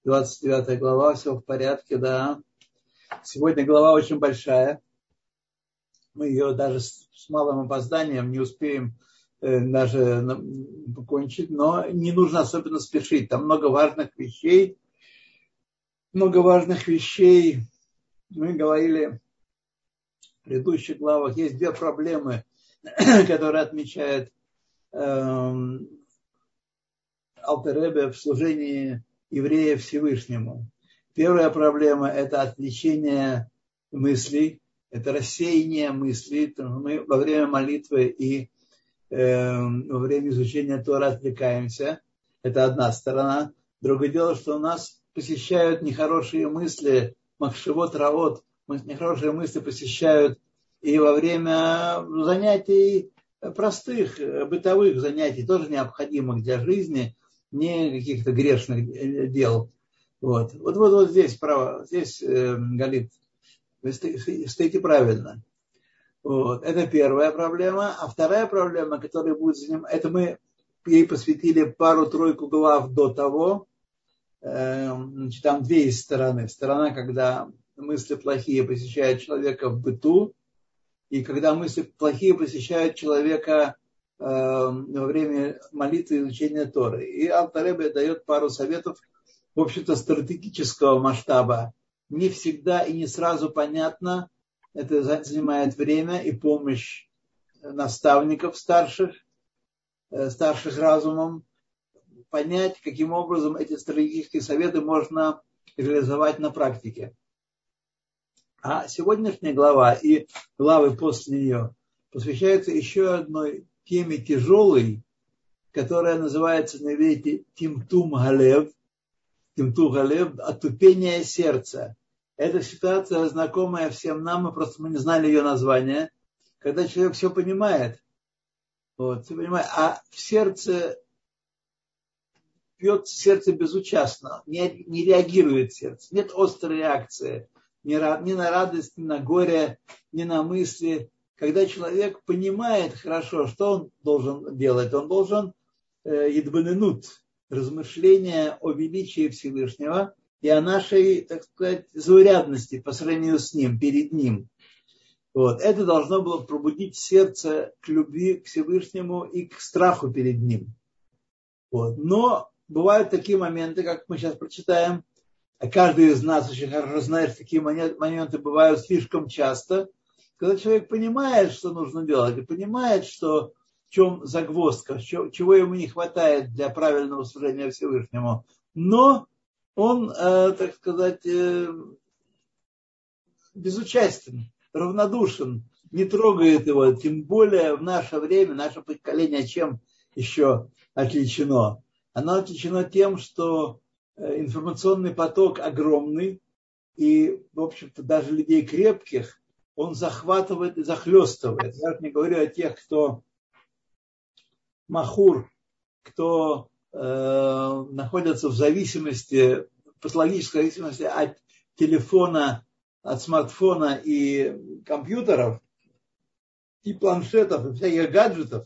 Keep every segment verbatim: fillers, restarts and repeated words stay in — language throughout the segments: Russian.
двадцать девятая глава, все в порядке, да. Сегодня глава очень большая. Мы ее даже с малым опозданием не успеем э, даже покончить, но не нужно особенно спешить. Там много важных вещей. Много важных вещей. Мы говорили в предыдущих главах. Есть две проблемы, которые отмечает э, Алтер Ребе в служении еврея Всевышнему. Первая проблема – это отвлечение мыслей, это рассеяние мыслей. Мы во время молитвы и э, во время изучения Торы отвлекаемся. Это одна сторона. Другое дело, что у нас посещают нехорошие мысли, махшевот раот, нехорошие мысли посещают и во время занятий простых, бытовых занятий, тоже необходимых для жизни, не каких-то грешных дел. Вот, вот, вот, вот здесь право, здесь э, Галит, вы стоите правильно. Вот, это первая проблема. А вторая проблема, которая будет занимать, это мы ей посвятили пару-тройку глав до того. Э, значит, там две есть стороны. Сторона, когда мысли плохие посещают человека в быту, и когда мысли плохие посещают человека э, во время молитвы и изучения Торы. И Алтер Ребе дает пару советов, в общем-то, стратегического масштаба. Не всегда и не сразу понятно. Это занимает время и помощь наставников старших, э, старших разумом, понять, каким образом эти стратегические советы можно реализовать на практике. А сегодняшняя глава и главы после нее посвящаются еще одной теме тяжелой, которая называется на иврите «Тимтум галев», «Тимтум галев», «Отупение сердца». Эта ситуация знакомая всем нам, мы просто мы не знали ее название. Когда человек все понимает, вот, все понимает, а в сердце бьет сердце безучастно, не, не реагирует сердце, нет острой реакции. Ни на радость, ни на горе, ни на мысли. Когда человек понимает хорошо, что он должен делать, он должен идбаненут, размышления о величии Всевышнего и о нашей, так сказать, заурядности по сравнению с ним, перед ним. Вот. Это должно было пробудить сердце к любви к Всевышнему и к страху перед ним. Вот. Но бывают такие моменты, как мы сейчас прочитаем, а каждый из нас очень хорошо знает, что такие моменты бывают слишком часто, когда человек понимает, что нужно делать, и понимает, что в чем загвоздка, чего ему не хватает для правильного служения Всевышнему. Но он, э, так сказать, э, безучастен, равнодушен, не трогает его, тем более в наше время, наше поколение чем еще отличено? Оно отличено тем, что информационный поток огромный, и, в общем-то, даже людей крепких он захватывает и захлестывает. Я не говорю о тех, кто махур, кто э, находится в зависимости, патологической зависимости от телефона, от смартфона и компьютеров, и планшетов, и всяких гаджетов.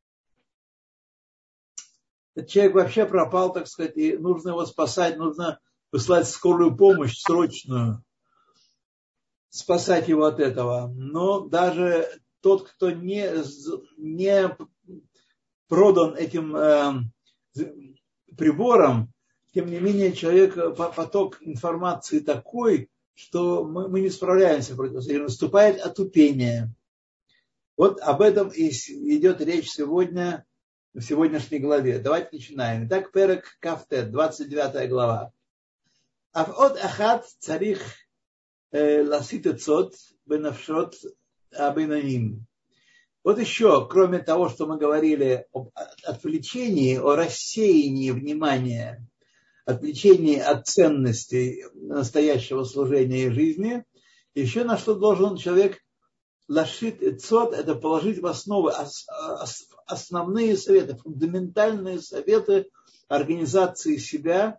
Этот человек вообще пропал, так сказать, и нужно его спасать, нужно выслать скорую помощь срочную, спасать его от этого. Но даже тот, кто не, не продан этим э, прибором, тем не менее человек, поток информации такой, что мы, мы не справляемся против этого. Наступает отупение. Вот об этом и идет речь сегодня, в сегодняшней главе. Давайте начинаем. Итак, перек кафтет, двадцать девятая глава. Афот ахат царих ласит эцот бенавшот абинаним. Вот еще, кроме того, что мы говорили об отвлечении, о рассеянии внимания, отвлечении от ценностей настоящего служения и жизни, еще на что должен человек лашит эцот, это положить в основу основные советы, фундаментальные советы организации себя.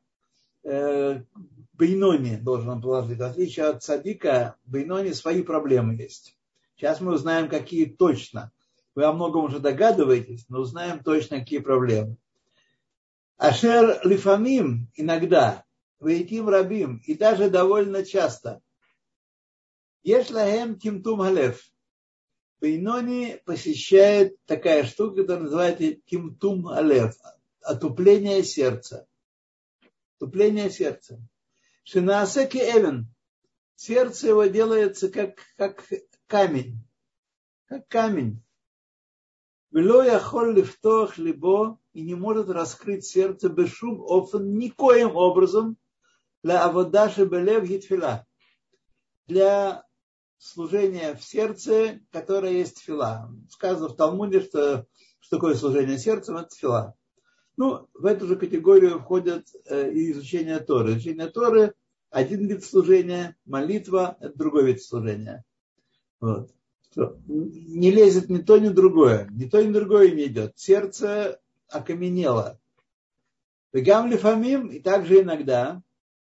Бейнони должен он положить. В отличие от цадика, Бейнони свои проблемы есть. Сейчас мы узнаем, какие точно. Вы о многом уже догадываетесь, но узнаем точно, какие проблемы. Ашер лифамим иногда вейтим рабим, и даже довольно часто. Еш лахем тимтум галев. Бейнони посещает такая штука, которая называется тимтум галев, отупление сердца. Отупление сердца. Шинаасеки эвен. Сердце его делается как, как камень. Как камень. Вело яхоль лифтох либо, и не может раскрыть сердце бешум офен никоим образом для аводаши белев гитфила. Для служения в сердце, которое есть тфила. Сказано в Талмуде, что, что такое служение сердцем, это тфила. Ну, в эту же категорию входит э, и изучение Торы. Изучение Торы – один вид служения, молитва – это другой вид служения. Вот. Не лезет ни то, ни другое. Ни то, ни другое не идет. Сердце окаменело. Вегам лифамим, и также иногда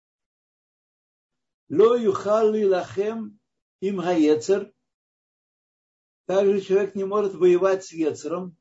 ло юхал лахем им гаецер. Также человек не может воевать с ецером.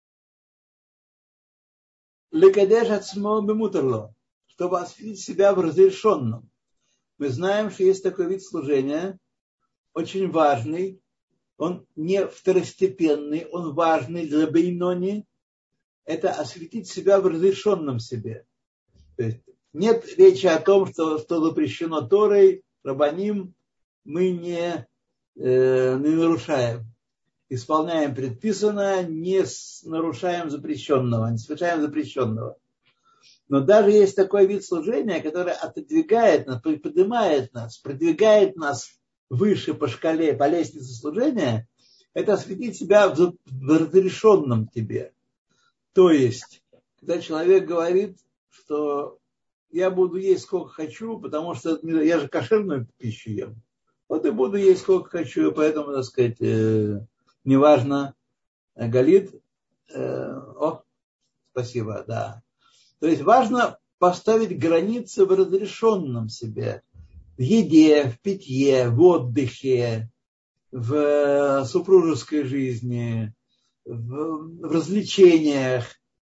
Лекадеш ацмо бемутерло, чтобы осветить себя в разрешенном. Мы знаем, что есть такой вид служения, очень важный. Он не второстепенный, он важный для бейнони. Это осветить себя в разрешенном себе. То есть нет речи о том, что, что запрещено Торой, рабаним, мы не, э, не нарушаем. Исполняем предписанное, не нарушаем запрещенного, не совершаем запрещенного. Но даже есть такой вид служения, который отодвигает нас, поднимает нас, продвигает нас выше по шкале, по лестнице служения, это осветить себя в разрешенном тебе. То есть, когда человек говорит, что я буду есть сколько хочу, потому что я же кошерную пищу ем. Вот и буду есть сколько хочу, поэтому, так сказать, э, неважно, галит. Э, о, спасибо, да. То есть важно поставить границы в разрешенном себе. В еде, в питье, в отдыхе, в супружеской жизни, в, в развлечениях.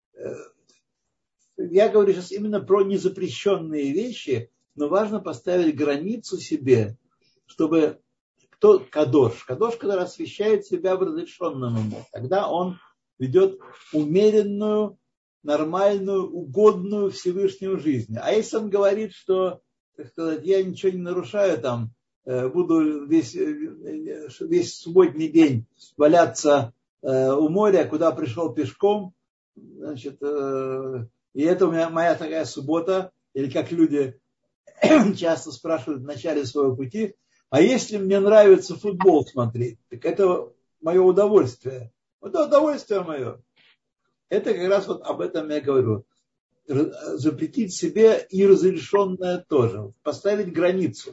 Я говорю сейчас именно про незапрещенные вещи, но важно поставить границу себе, чтобы кто кадош, кадош, который освещает себя в разрешенном ему, тогда он ведет умеренную, нормальную, угодную Всевышнему жизнь. А если он говорит, что, так сказать, я ничего не нарушаю, там, буду весь, весь субботний день валяться у моря, куда пришел пешком, значит, и это у меня моя такая суббота, или как люди часто спрашивают в начале своего пути, а если мне нравится футбол смотреть, так это мое удовольствие. Это удовольствие мое. Это как раз вот об этом я говорю. Запретить себе и разрешенное тоже. Поставить границу.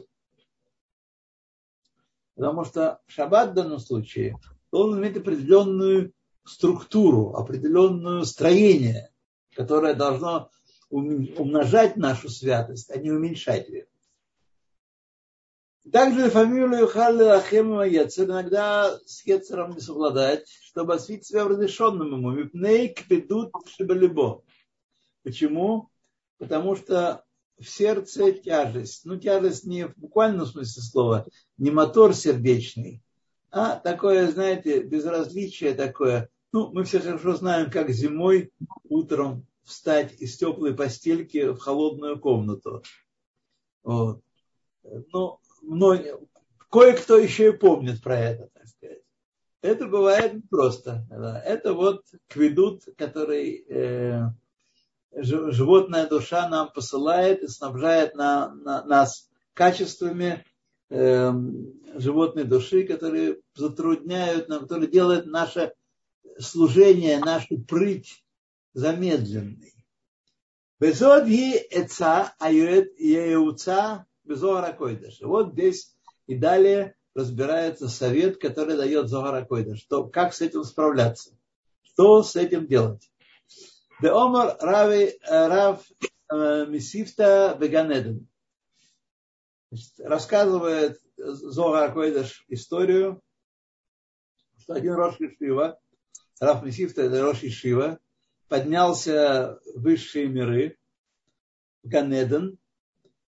Потому что шаббат в данном случае должен иметь определенную структуру, определенное строение, которое должно умножать нашу святость, а не уменьшать ее. Также фамилию Халли Ахема Ецер иногда с Ецером не совладать, чтобы осветить себя в разрешенном ему. Мипней кпедут шибалибо. Почему? Потому что в сердце тяжесть. Ну, тяжесть не в буквальном смысле слова, не мотор сердечный, а такое, знаете, безразличие такое. Ну, мы все хорошо знаем, как зимой утром встать из теплой постельки в холодную комнату. Вот. Ну, но кое-кто еще и помнит про это, так сказать. Это бывает просто. Это вот кведут, который э, животная душа нам посылает и снабжает на, на, нас качествами э, животной души, которые затрудняют нам, которые делают наше служение, нашу прыть замедленной. Безод ги эца аюэт еуца безоар ха-койдеш. Вот здесь и далее разбирается совет, который дает Зоар ха-койдеш, что как с этим справляться, что с этим делать. Де омар рави рав мисифта беган Эден. Рассказывает Зоар ха-койдеш историю, что один рош ешива, рав мисифта, это рош ешива, поднялся в высшие миры, в Ган Эден,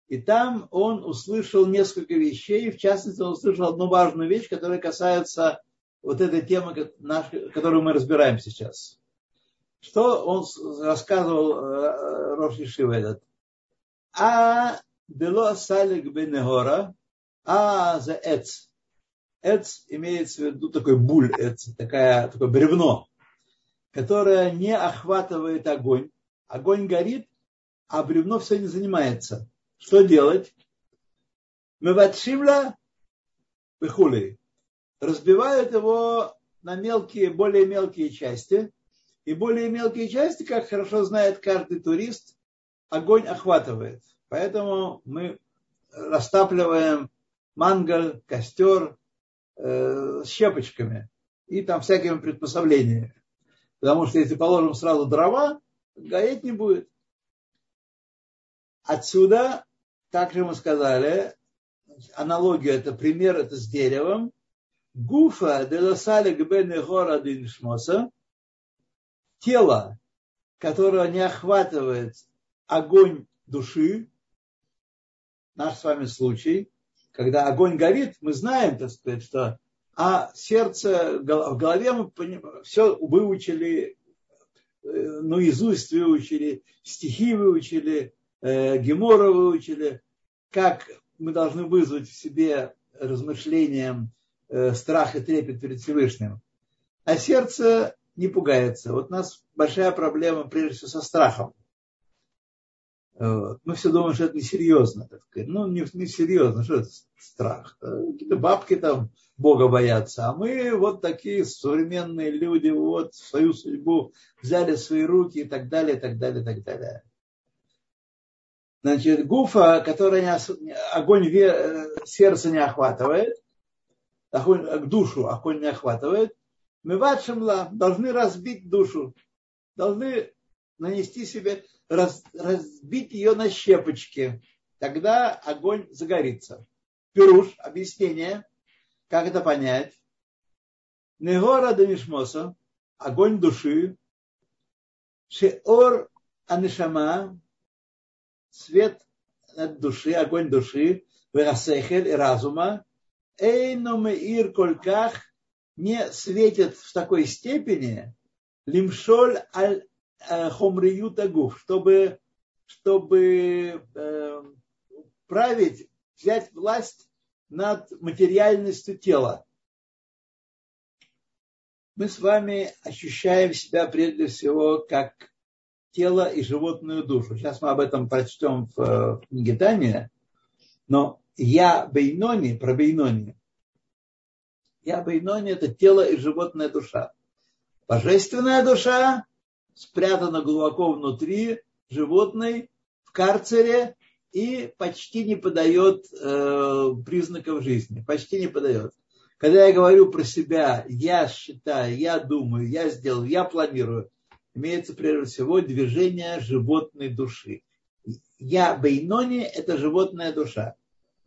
И там он услышал несколько вещей. В частности, он услышал одну важную вещь, которая касается вот этой темы, которую мы разбираем сейчас. Что он рассказывал Рош Ешива этот? А бело салик бенегора, а за эц. Эц имеется в виду такой буль, эц, такая, такое бревно, которое не охватывает огонь. Огонь горит, а бревно все не занимается. Что делать? Меватшимла вихули. Разбивают его на мелкие, более мелкие части. И более мелкие части, как хорошо знает каждый турист, огонь охватывает. Поэтому мы растапливаем мангал, костер э, с щепочками и там всякими приспособлениями. Потому что если положим сразу дрова, гореть не будет. Отсюда, также мы сказали, аналогия, это пример, это с деревом. Гуфа делосалик бен гора диншмоса. Тело, которое не охватывает огонь души, наш с вами случай, когда огонь горит, мы знаем, так сказать, что а сердце, в голове мы все выучили, наизусть выучили, стихи выучили, гемора выучили, как мы должны вызвать в себе размышлением страх и трепет перед Всевышним. А сердце не пугается. Вот у нас большая проблема, прежде всего, со страхом. Вот. Мы все думаем, что это несерьезно. Так сказать. Ну, не, не серьезно, что это страх? Какие-то бабки там Бога боятся. А мы вот такие современные люди, вот свою судьбу взяли в свои руки и так далее, и так далее, и так далее. Значит, гуфа, который не, огонь сердца не охватывает, огонь, душу огонь не охватывает, мы ватшимла должны разбить душу, должны нанести себе, раз, разбить ее на щепочки. Тогда огонь загорится. Пируш, объяснение, как это понять. Негора денишмоса, огонь души, шеор анишама, свет от души, огонь души, верасехель и разума, эйно меир кольках, не светит в такой степени лимшоль аль хомриют агуф, чтобы, чтобы э, править, взять власть над материальностью тела. Мы с вами ощущаем себя прежде всего как тело и животную душу. Сейчас мы об этом прочтем в, в книге Таня, но я бейнони, про бейнони, Я бейнони – это тело и животная душа. Божественная душа спрятана глубоко внутри животной, в карцере и почти не подает э, признаков жизни. Почти не подает. Когда я говорю про себя, я считаю, я думаю, я сделал, я планирую, имеется прежде всего движение животной души. Я бейнони – это животная душа.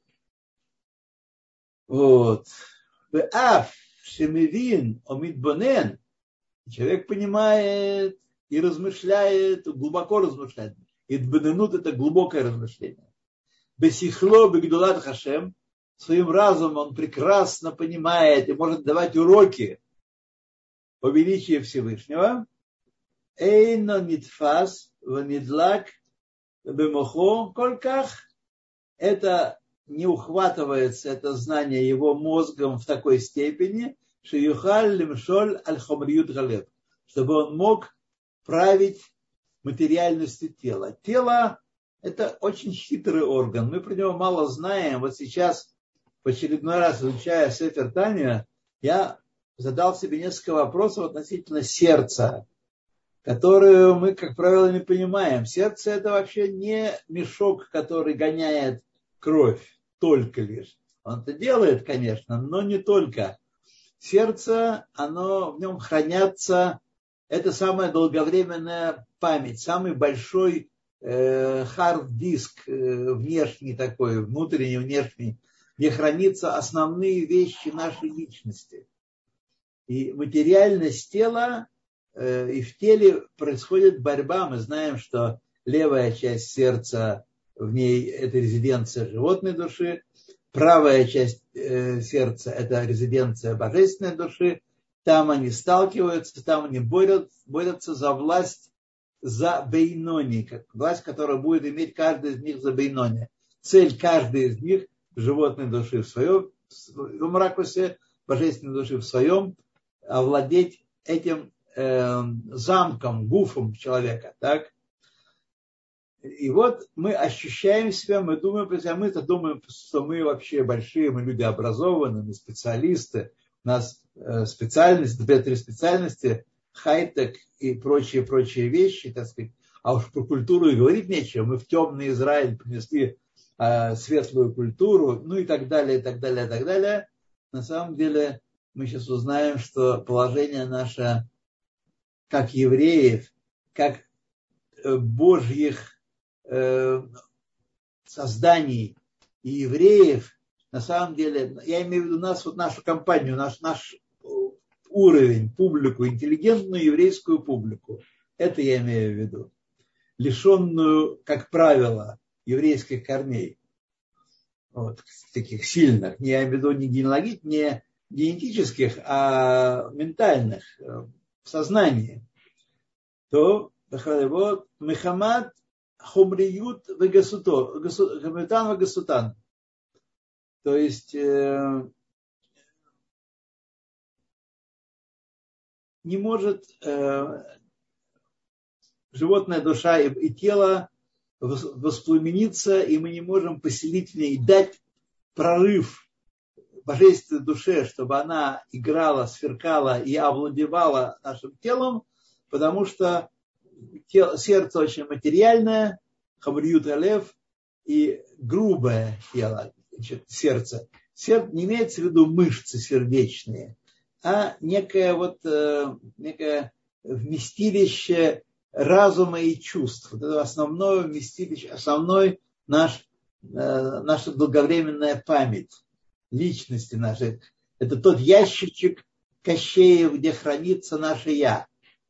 Вот. Беаф шемивин омидбонен. Человек понимает и размышляет, глубоко размышляет. Идбоненут – это глубокое размышление. Бесихло бегдулат хашем. Своим разумом он прекрасно понимает и может давать уроки по величию Всевышнего. Эйно нитфас ванидлак бемохо кольках. Это не ухватывается, это знание его мозгом в такой степени, шеюхаль лимшоль аль-хомриют галеб, чтобы он мог править материальностью тела. Тело – это очень хитрый орган. Мы про него мало знаем. Вот сейчас, в очередной раз изучая Сефер Таня, я задал себе несколько вопросов относительно сердца, которые мы, как правило, не понимаем. Сердце – это вообще не мешок, который гоняет кровь только лишь. Он это делает, конечно, но не только. Сердце, оно, в нем хранятся, это самая долговременная память, самый большой э, хард-диск э, внешний такой, внутренний, внешний, где хранятся основные вещи нашей личности. И материальность тела, э, и в теле происходит борьба. Мы знаем, что левая часть сердца в ней это резиденция животной души, правая часть э, сердца – это резиденция божественной души. Там они сталкиваются, там они борются, борются за власть, за бейнони, как власть, которую будет иметь каждый из них за бейнони. Цель каждой из них – животной души в своем, в своем ракурсе, божественной души в своем, овладеть этим э, замком, гуфом человека, так? И вот мы ощущаем себя, мы думаем, а мы-то думаем, что мы вообще большие, мы люди образованные, мы специалисты, у нас э, специальности, две три специальности, хай-тек и прочие, прочие вещи, так сказать. А уж про культуру и говорить нечего. Мы в темный Израиль принесли э, светлую культуру, ну и так далее, и так далее, и так далее. На самом деле мы сейчас узнаем, что положение наше, как евреев, как э, божьих созданий и евреев, на самом деле, я имею в виду нас, вот нашу компанию, наш, наш уровень, публику, интеллигентную еврейскую публику. Это я имею в виду. Лишенную, как правило, еврейских корней. Вот, таких сильных. Не я имею в виду не генеалогических, не генетических, а ментальных, в сознании. То, вот, Мехамад хумриют вегасутан вегасутан. То есть э, не может э, животная душа и, и тело воспламениться, и мы не можем поселить в ней, дать прорыв божественной душе, чтобы она играла, сверкала и овладевала нашим телом, потому что тело, сердце очень материальное, хамриют алев, и грубое тело, значит, сердце. Сердце не имеется в виду мышцы сердечные, а некое, вот, некое вместилище разума и чувств. Вот это основное вместилище, основной наш, наша долговременная память личности нашей. Это тот ящичек Кощеев, где хранится наше «я».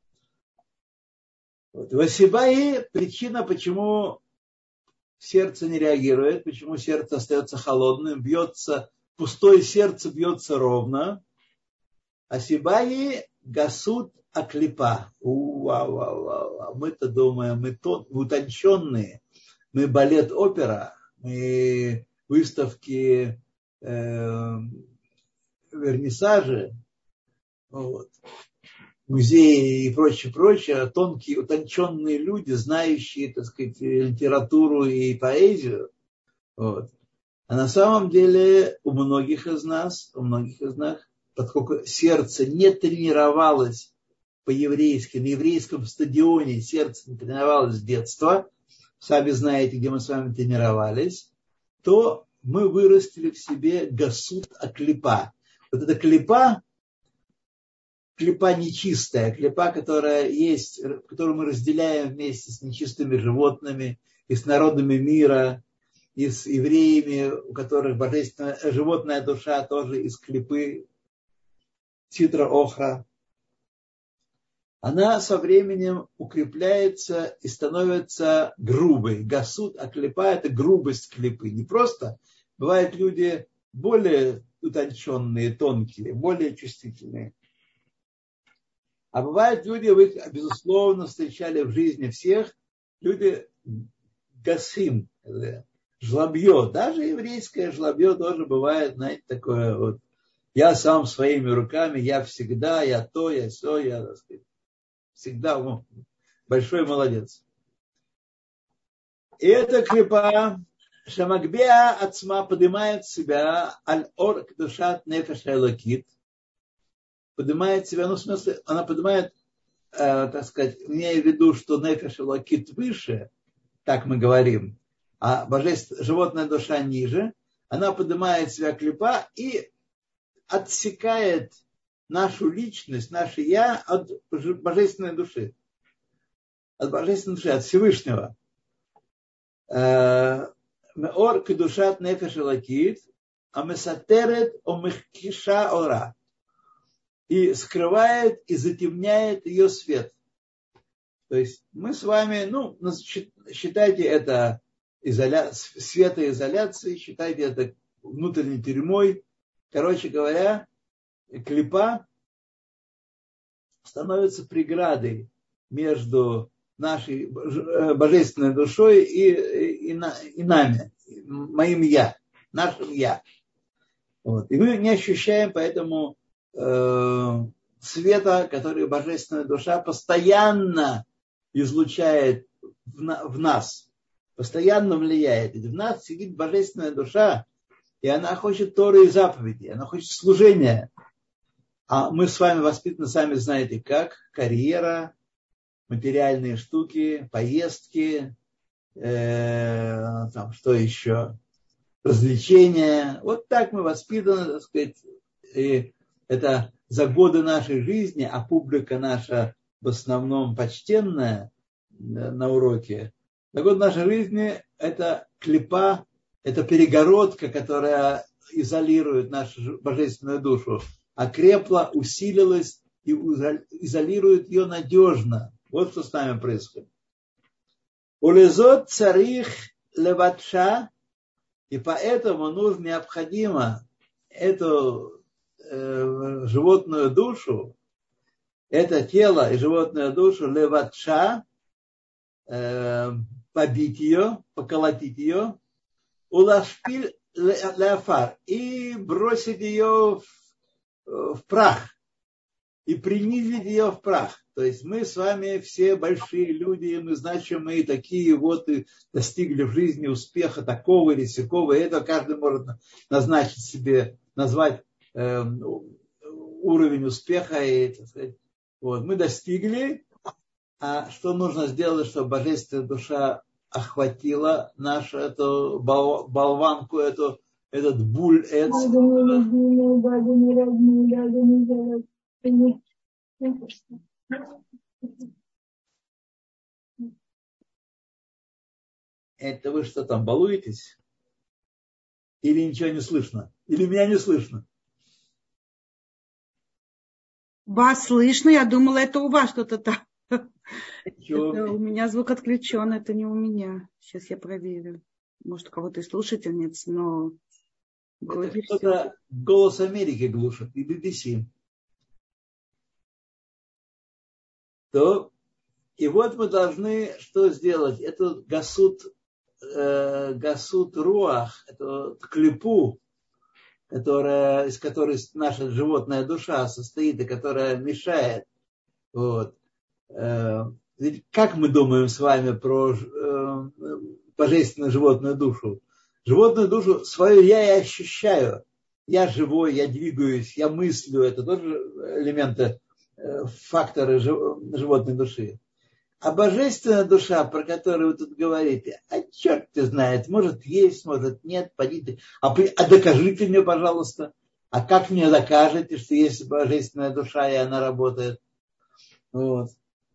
Вот. В Асибае причина, почему сердце не реагирует, почему сердце остается холодным, бьется, пустое сердце бьется ровно. Асибае гасут аклипа. Мы-то думаем, мы тот, утонченные, мы балет-опера, мы выставки, э, вернисажи, вот, музеи и прочее, прочее, тонкие, утонченные люди, знающие, так сказать, литературу и поэзию. Вот. А на самом деле у многих из нас, у многих из нас, поскольку сердце не тренировалось по-еврейски, на еврейском стадионе сердце не тренировалось с детства, сами знаете, где мы с вами тренировались, то мы вырастили в себе гасут аклипа. Вот эта клипа, клипа нечистая, клипа, которая есть, которую мы разделяем вместе с нечистыми животными и с народами мира, и с евреями, у которых божественная животная душа тоже из клипы, ситра охра. Она со временем укрепляется и становится грубой. Гасут, а клипа – это грубость клипы. Не просто. Бывают люди более утонченные, тонкие, более чувствительные. А бывают люди, вы, безусловно, встречали в жизни всех, люди гасим, жлобье. Даже еврейское жлобье тоже бывает, знаете, такое вот. Я сам своими руками, я всегда, я то, я сё, я, так сказать, всегда ну, большой молодец. И эта клипа Шамагбеа Ацма поднимает себя аль-ор кдушат нефеш элокит, поднимает себя, ну, в смысле, она поднимает, э, так сказать, имея в виду, что нефеш элокит выше, так мы говорим, а божественная животная душа ниже, она поднимает себя клипа и отсекает нашу личность, наше «я» от божественной души. От божественной души, от Всевышнего. Меор кедушат нефеш элокит, амесатерет омехкиша ора. И скрывает и затемняет ее свет. То есть мы с вами, ну, считайте это изоля... светоизоляции, считайте это внутренней тюрьмой. Короче говоря, клипа становится преградой между нашей божественной душой и, и, и нами, моим я, нашим я. Вот. И мы не ощущаем поэтому э, света, который божественная душа постоянно излучает в, на, в нас, постоянно влияет. И в нас сидит божественная душа, и она хочет Торы и заповеди, она хочет служения. А мы с вами воспитаны, сами знаете как, карьера, материальные штуки, поездки, э, там, что еще, развлечения. Вот так мы воспитаны, так сказать, и это за годы нашей жизни, а публика наша в основном почтенная на уроке, за годы нашей жизни это клипа, это перегородка, которая изолирует нашу божественную душу, окрепла, усилилась и изолирует ее надежно. Вот что с нами происходит. Улезот царих леватша, и поэтому нужно, необходимо эту э, животную душу, это тело и животную душу леватша, э, побить ее, поколотить ее, улашпиль леафар, и бросить ее в, в прах, и принизить ее в прах. То есть мы с вами все большие люди, и мы значимые такие, вот и достигли в жизни успеха такого или сякого, и это каждый может назначить себе, назвать э, уровень успеха. И, так сказать, вот, мы достигли, а что нужно сделать, чтобы божественная душа охватила нашу эту бол, болванку, эту, этот буль, эц. Это вы что там, балуетесь? Или ничего не слышно? Или меня не слышно? Вас слышно, я думала, это у вас что-то там. Ничего. Это у меня звук отключен, это не у меня. Сейчас я проверю. Может, у кого-то и слушательниц, но... Это кто-то «Голос Америки» глушит и би би си. То, и вот мы должны что сделать? Это гасут, э, гасут руах, это клипу, которая, из которой наша животная душа состоит и которая мешает. Вот. Э, ведь как мы думаем с вами про э, божественную животную душу? Животную душу свою я и ощущаю. Я живой, я двигаюсь, я мыслю. Это тоже элементы, э, факторы животной души. А божественная душа, про которую вы тут говорите, а черт ты знает, может есть, может нет, пойдите. А, а докажите мне, пожалуйста. А как мне докажете, что есть божественная душа и она работает? Вот.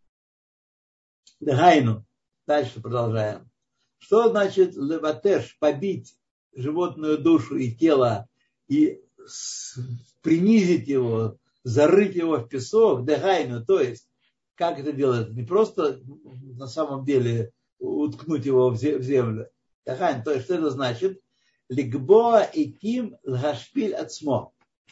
Дагайну. Дальше продолжаем. Что значит леватеш, побить животную душу и тело и принизить его, зарыть его в песок? Дагайну, то есть, как это делать? Не просто на самом деле уткнуть его в землю. Дагайну, то есть, что это значит? Лигбоа и ким лгашпиль ацмо.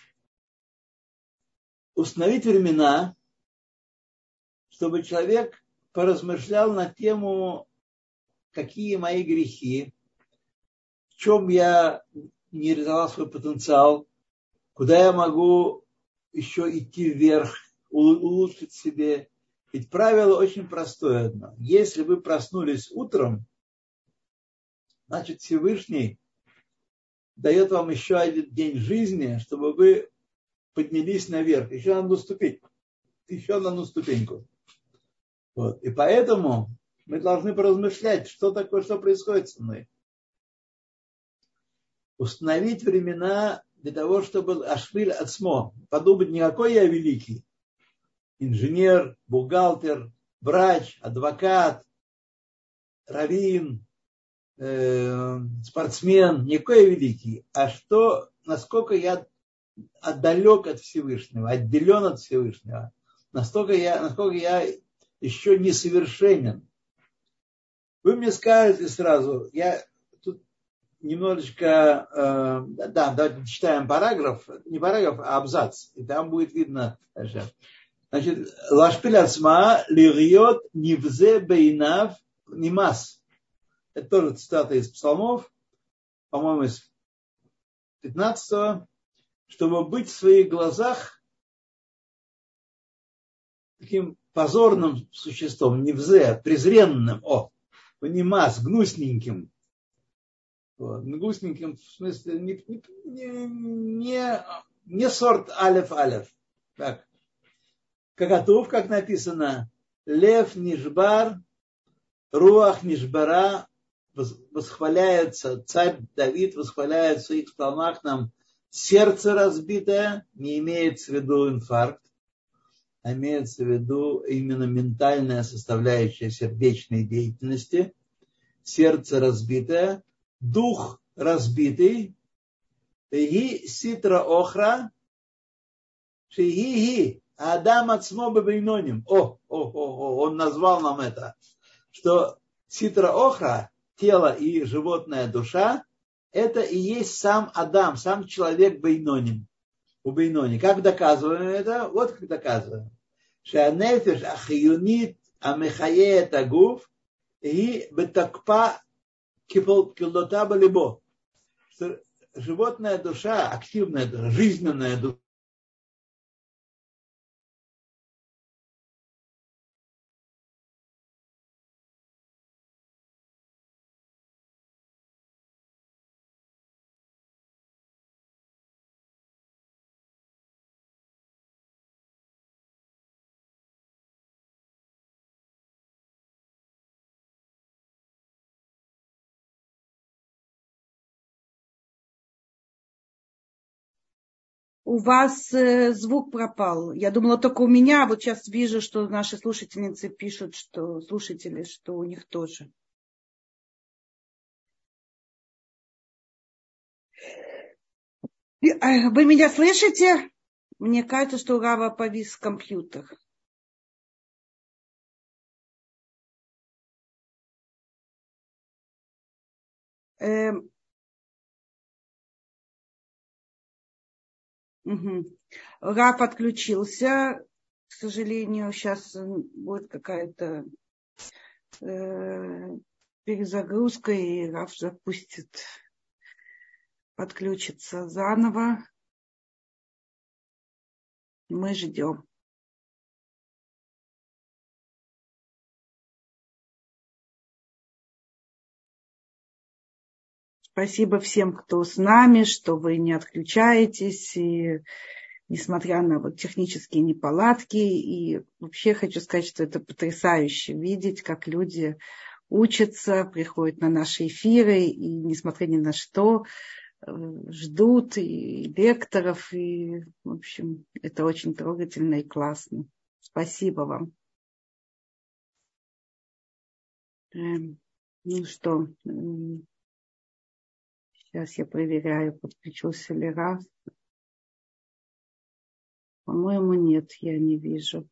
Установить времена, чтобы человек поразмышлял на тему, какие мои грехи, в чем я не реализовал свой потенциал, куда я могу еще идти вверх, улучшить себе. Ведь правило очень простое одно. Если вы проснулись утром, значит Всевышний дает вам еще один день жизни, чтобы вы поднялись наверх, еще на одну ступеньку. Еще на одну ступеньку. Вот. И поэтому мы должны поразмышлять, что такое, что происходит со мной. Установить времена для того, чтобы ашвиль ацмо, подумать, не какой я великий, инженер, бухгалтер, врач, адвокат, раввин, э, спортсмен, не какой я великий, а что, насколько я отдалек от Всевышнего, отделен от Всевышнего, насколько я, насколько я еще несовершенен. Вы мне скажете сразу, я тут немножечко, э, да, давайте читаем параграф, не параграф, а абзац, и там будет видно. Значит, лашпиль ацма лириот нивзе бейнав нимас. Это тоже цитата из псалмов, по-моему, из пятнадцатого. Чтобы быть в своих глазах таким позорным существом, невзе, презренным, о, нимас, гнусненьким. Вот, гнусненьким в смысле не, не, не, не сорт алеф-алеф. Так. Кагатув, как написано, лев нишбар, руах нишбара, восхваляется, царь Давид восхваляет в своих псалмах нам сердце разбитое, не имеется в виду инфаркт, а имеется в виду именно ментальная составляющая сердечной деятельности, сердце разбитое, дух разбитый, и ситра охра, шиги-ги, Адам ацмо бебейноним. О, о, о, о, он назвал нам это, что ситра охра, тело и животная душа, это и есть сам Адам, сам человек бейноним. У бейнони. Как доказываем это? Вот как доказываем. Шеанефеш ахиюнит амехае тагуф и бетакпа килота балибо. Животная душа, активная душа, жизненная душа, У вас э, звук пропал. Я думала только у меня, а вот сейчас вижу, что наши слушательницы пишут, что слушатели, что у них тоже. Вы меня слышите? Мне кажется, что у Рава повис компьютер. Эм. Угу. Рав отключился. К сожалению, сейчас будет какая-то э, перезагрузка, и Рав запустит, подключится заново. Мы ждем. Спасибо всем, кто с нами, что вы не отключаетесь, и несмотря на вот технические неполадки. И вообще хочу сказать, что это потрясающе видеть, как люди учатся, приходят на наши эфиры, и несмотря ни на что, ждут и лекторов, и, в общем, это очень трогательно и классно. Спасибо вам. Ну что, сейчас я проверяю, подключился ли Рав. По-моему, нет, я не вижу.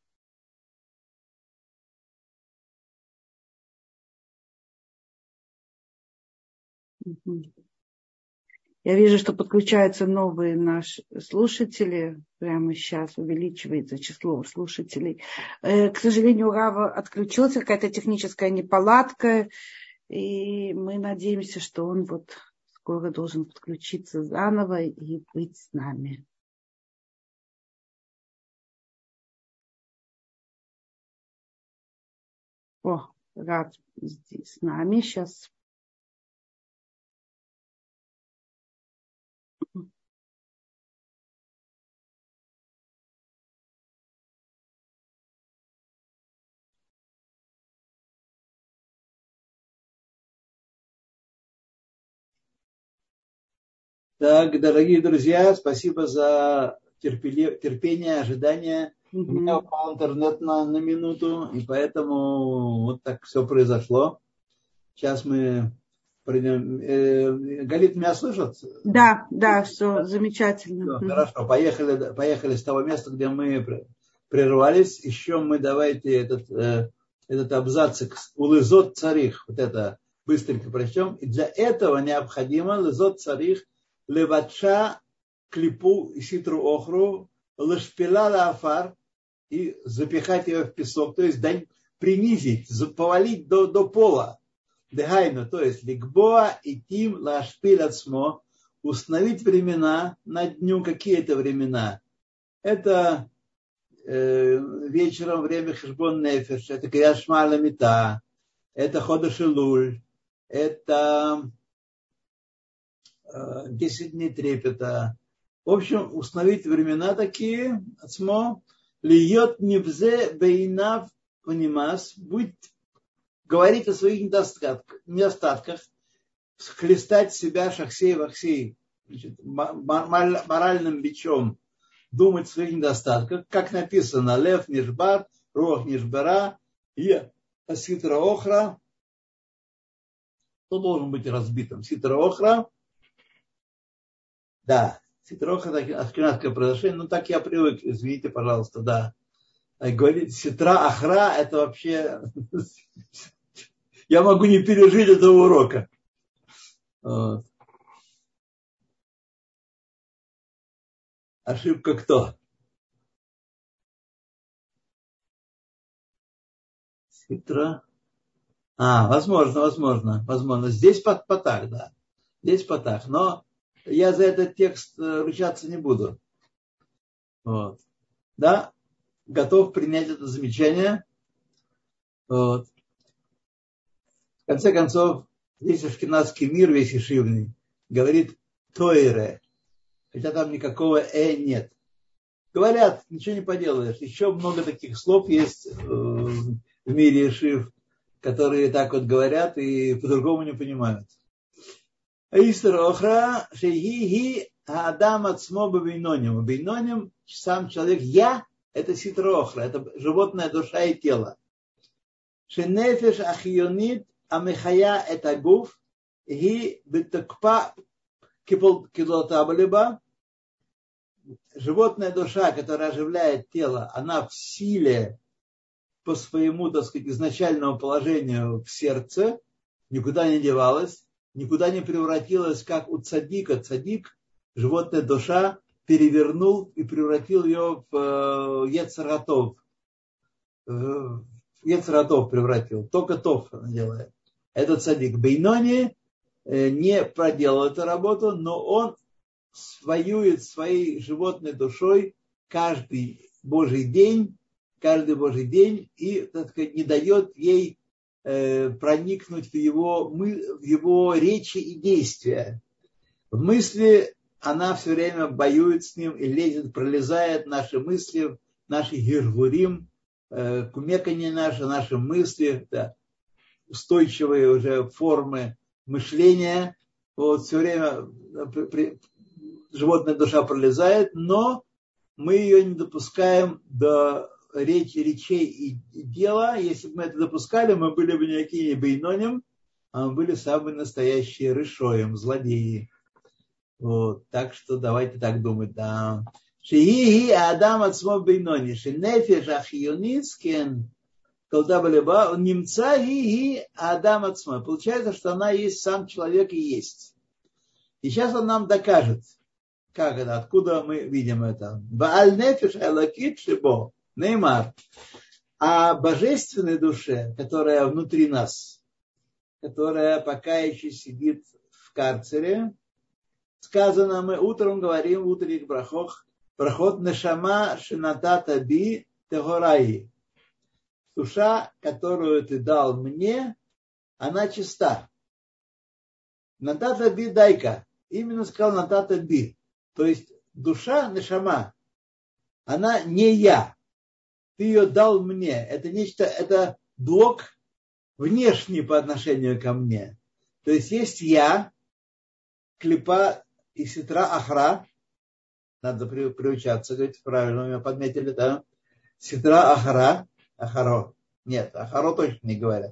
Угу. Я вижу, что подключаются новые наши слушатели. Прямо сейчас увеличивается число слушателей. Э, к сожалению, у Рава отключился, какая-то техническая неполадка. И мы надеемся, что он вот скоро должен подключиться заново и быть с нами. О, Рав здесь с нами сейчас. Так, дорогие друзья, спасибо за терпение, ожидание. Mm-hmm. У меня упал интернет на, на минуту, и поэтому вот так все произошло. Сейчас мы пройдем. Э, Галит, меня слышат? Да, да, все замечательно. Все, хорошо, поехали, поехали с того места, где мы прервались. Еще мы давайте этот... Э, этот абзацик улызот царих, вот это быстренько прочтем. И для этого необходимо лызот царих левача клипу и ситру охру лашпила лафар и запихать ее в песок, то есть принизить, повалить до, до пола. Дегайну, то есть ликбоа и тим лашпиль ацмо, установить времена на дню. Какие это времена? Это э, вечером время хешбон нефеш, это крият шма ламита, это ходеш элуль, это э, десять дней трепета. В общем, установить времена такие, ацмо, льет невзе бейнав понимас, будет говорить о своих недостатках, недостатках хлестать себя шахсей вахсей, моральным бичом, думать о своих недостатках, как написано, лев нишбар, рох нишбара, и ситра охра, кто должен быть разбитым? Ситра охра, да, ситра охра, ашкеназское произношение, ну так я привык, извините, пожалуйста, да. Говорит, ситра охра, это вообще, я могу не пережить этого урока. Вот. Ошибка кто? Ситра. А, возможно, возможно, возможно. Здесь потах, да. Здесь потах. Но я за этот текст ручаться не буду. Вот. Да, готов принять это замечание. Вот. В конце концов, здесь ашкеназский мир весь ишивный говорит тойре, хотя там никакого э нет. Говорят, ничего не поделаешь. Еще много таких слов есть в мире ишив, которые так вот говорят и по-другому не понимают. Истер охра шейхи адам ацмо бейноним. Бейноним, сам человек, я, это ситр охра, это животная душа и тело. Шенефеш ахионит амехая это гуф, ги бетакпа килотаблиба. Животная душа, которая оживляет тело, она в силе по своему, так сказать, изначальному положению в сердце, никуда не девалась, никуда не превратилась, как у цадика. Цадик, животная душа, перевернул и превратил ее в йецер ха-тов. В йецер ха-тов превратил. Только тов она делает. Этот цадик. Бейнони не проделал эту работу, но он воюет своей животной душой каждый Божий день, каждый Божий день и, так сказать, не дает ей э, проникнуть в его, в его речи и действия. В мысли она все время воюет с ним и лезет, пролезает наши мысли, наши гиргурим, э, кумеканье наше, наши мысли, да, устойчивые уже формы мышления. Вот все время при, животная душа пролезает, но мы ее не допускаем до речи, речей и дела. Если бы мы это допускали, мы были бы никакие не бейноним, а мы были самые настоящие рышоем, злодеи. Вот. Так что давайте так думать. Да. Шиги адам ацмо бейнони, шенефеш ахионицкен, когда балеба, немца ги адам ацмо. Получается, что она есть, сам человек и есть. И сейчас он нам докажет. Как это? Откуда мы видим это? Бааль нефеш элокит шибо. Неймар. О божественной душе, которая внутри нас, которая пока еще сидит в карцере, сказано, мы утром говорим в утренних брахот, брахот нешама шинатата би тегораи. Душа, которую ты дал мне, она чиста. Натата би дайка. Именно сказал натата би. То есть душа, нешама, она не я. Ты ее дал мне. Это нечто, это блок внешний по отношению ко мне. То есть есть я, клипа и ситра ахра. Надо приучаться, говорить правильно, меня подметили, да? Ситра ахра, ахаро. Нет, ахаро точно не говорят.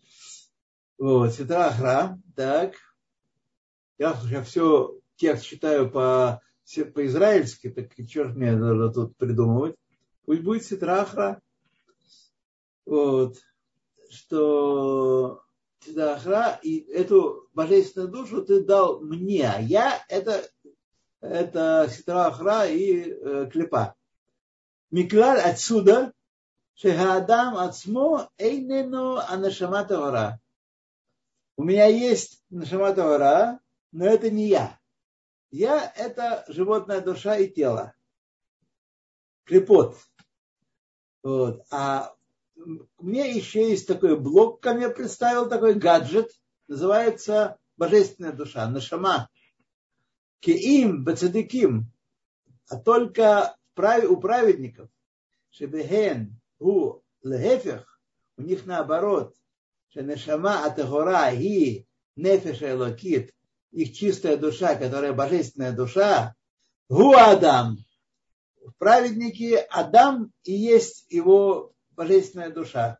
Вот, ситра ахра, так. Я, я все текст читаю по, по-израильски, так черт мне надо тут придумывать. Пусть будет ситра ахра. Вот. что Тидахра, и эту божественную душу ты дал мне, а я это, это Ситрахра и э, Клепа. Миклаль отсюда, Шехаадам Ацмо Эйнену Анашама Тавара. У меня есть Нашама Тавара, но это не я. Я это животная душа и тело. Клепот. Вот. А у меня еще есть такой блок, ко мне представил такой гаджет, называется божественная душа, нашама. Кеим, бацадиким, а только у праведников, шебехен, у лехефех, у них наоборот, что нашама атагора и нефеша элокит, их чистая душа, которая божественная душа, гу Адам. Праведники Адам и есть его божественная душа.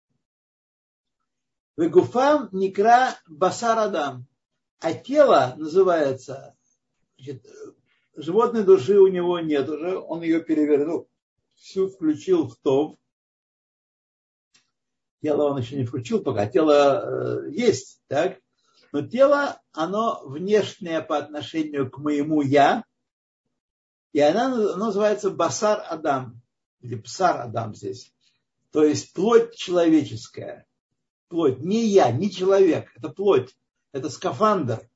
Вегуфам никра басар Адам. А тело называется, значит, животной души у него нет уже, он ее перевернул, всю включил в том. Тело он еще не включил пока, тело э, есть, так? Но тело, оно внешнее по отношению к моему я, и она, она называется басар Адам, или псар Адам здесь. То есть плоть человеческая. Плоть. Не я, не человек. Это плоть. Это скафандр.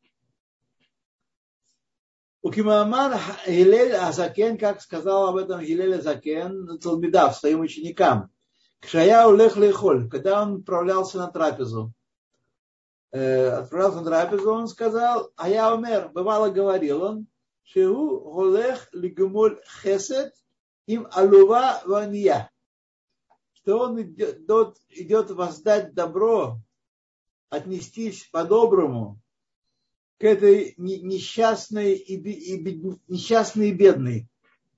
У Кимаамар Гилель Азакен, как сказал об этом Гилель Азакен, Талмидав, своим ученикам. Кшая улех лейхоль, когда он отправлялся на трапезу. Э, отправлялся на трапезу, он сказал, а я умер, бывало говорил он, Шеу голех лигмуль хесед им алува ванья. Что он идет, идет воздать добро, отнестись по-доброму к этой несчастной и, и, несчастной и бедной.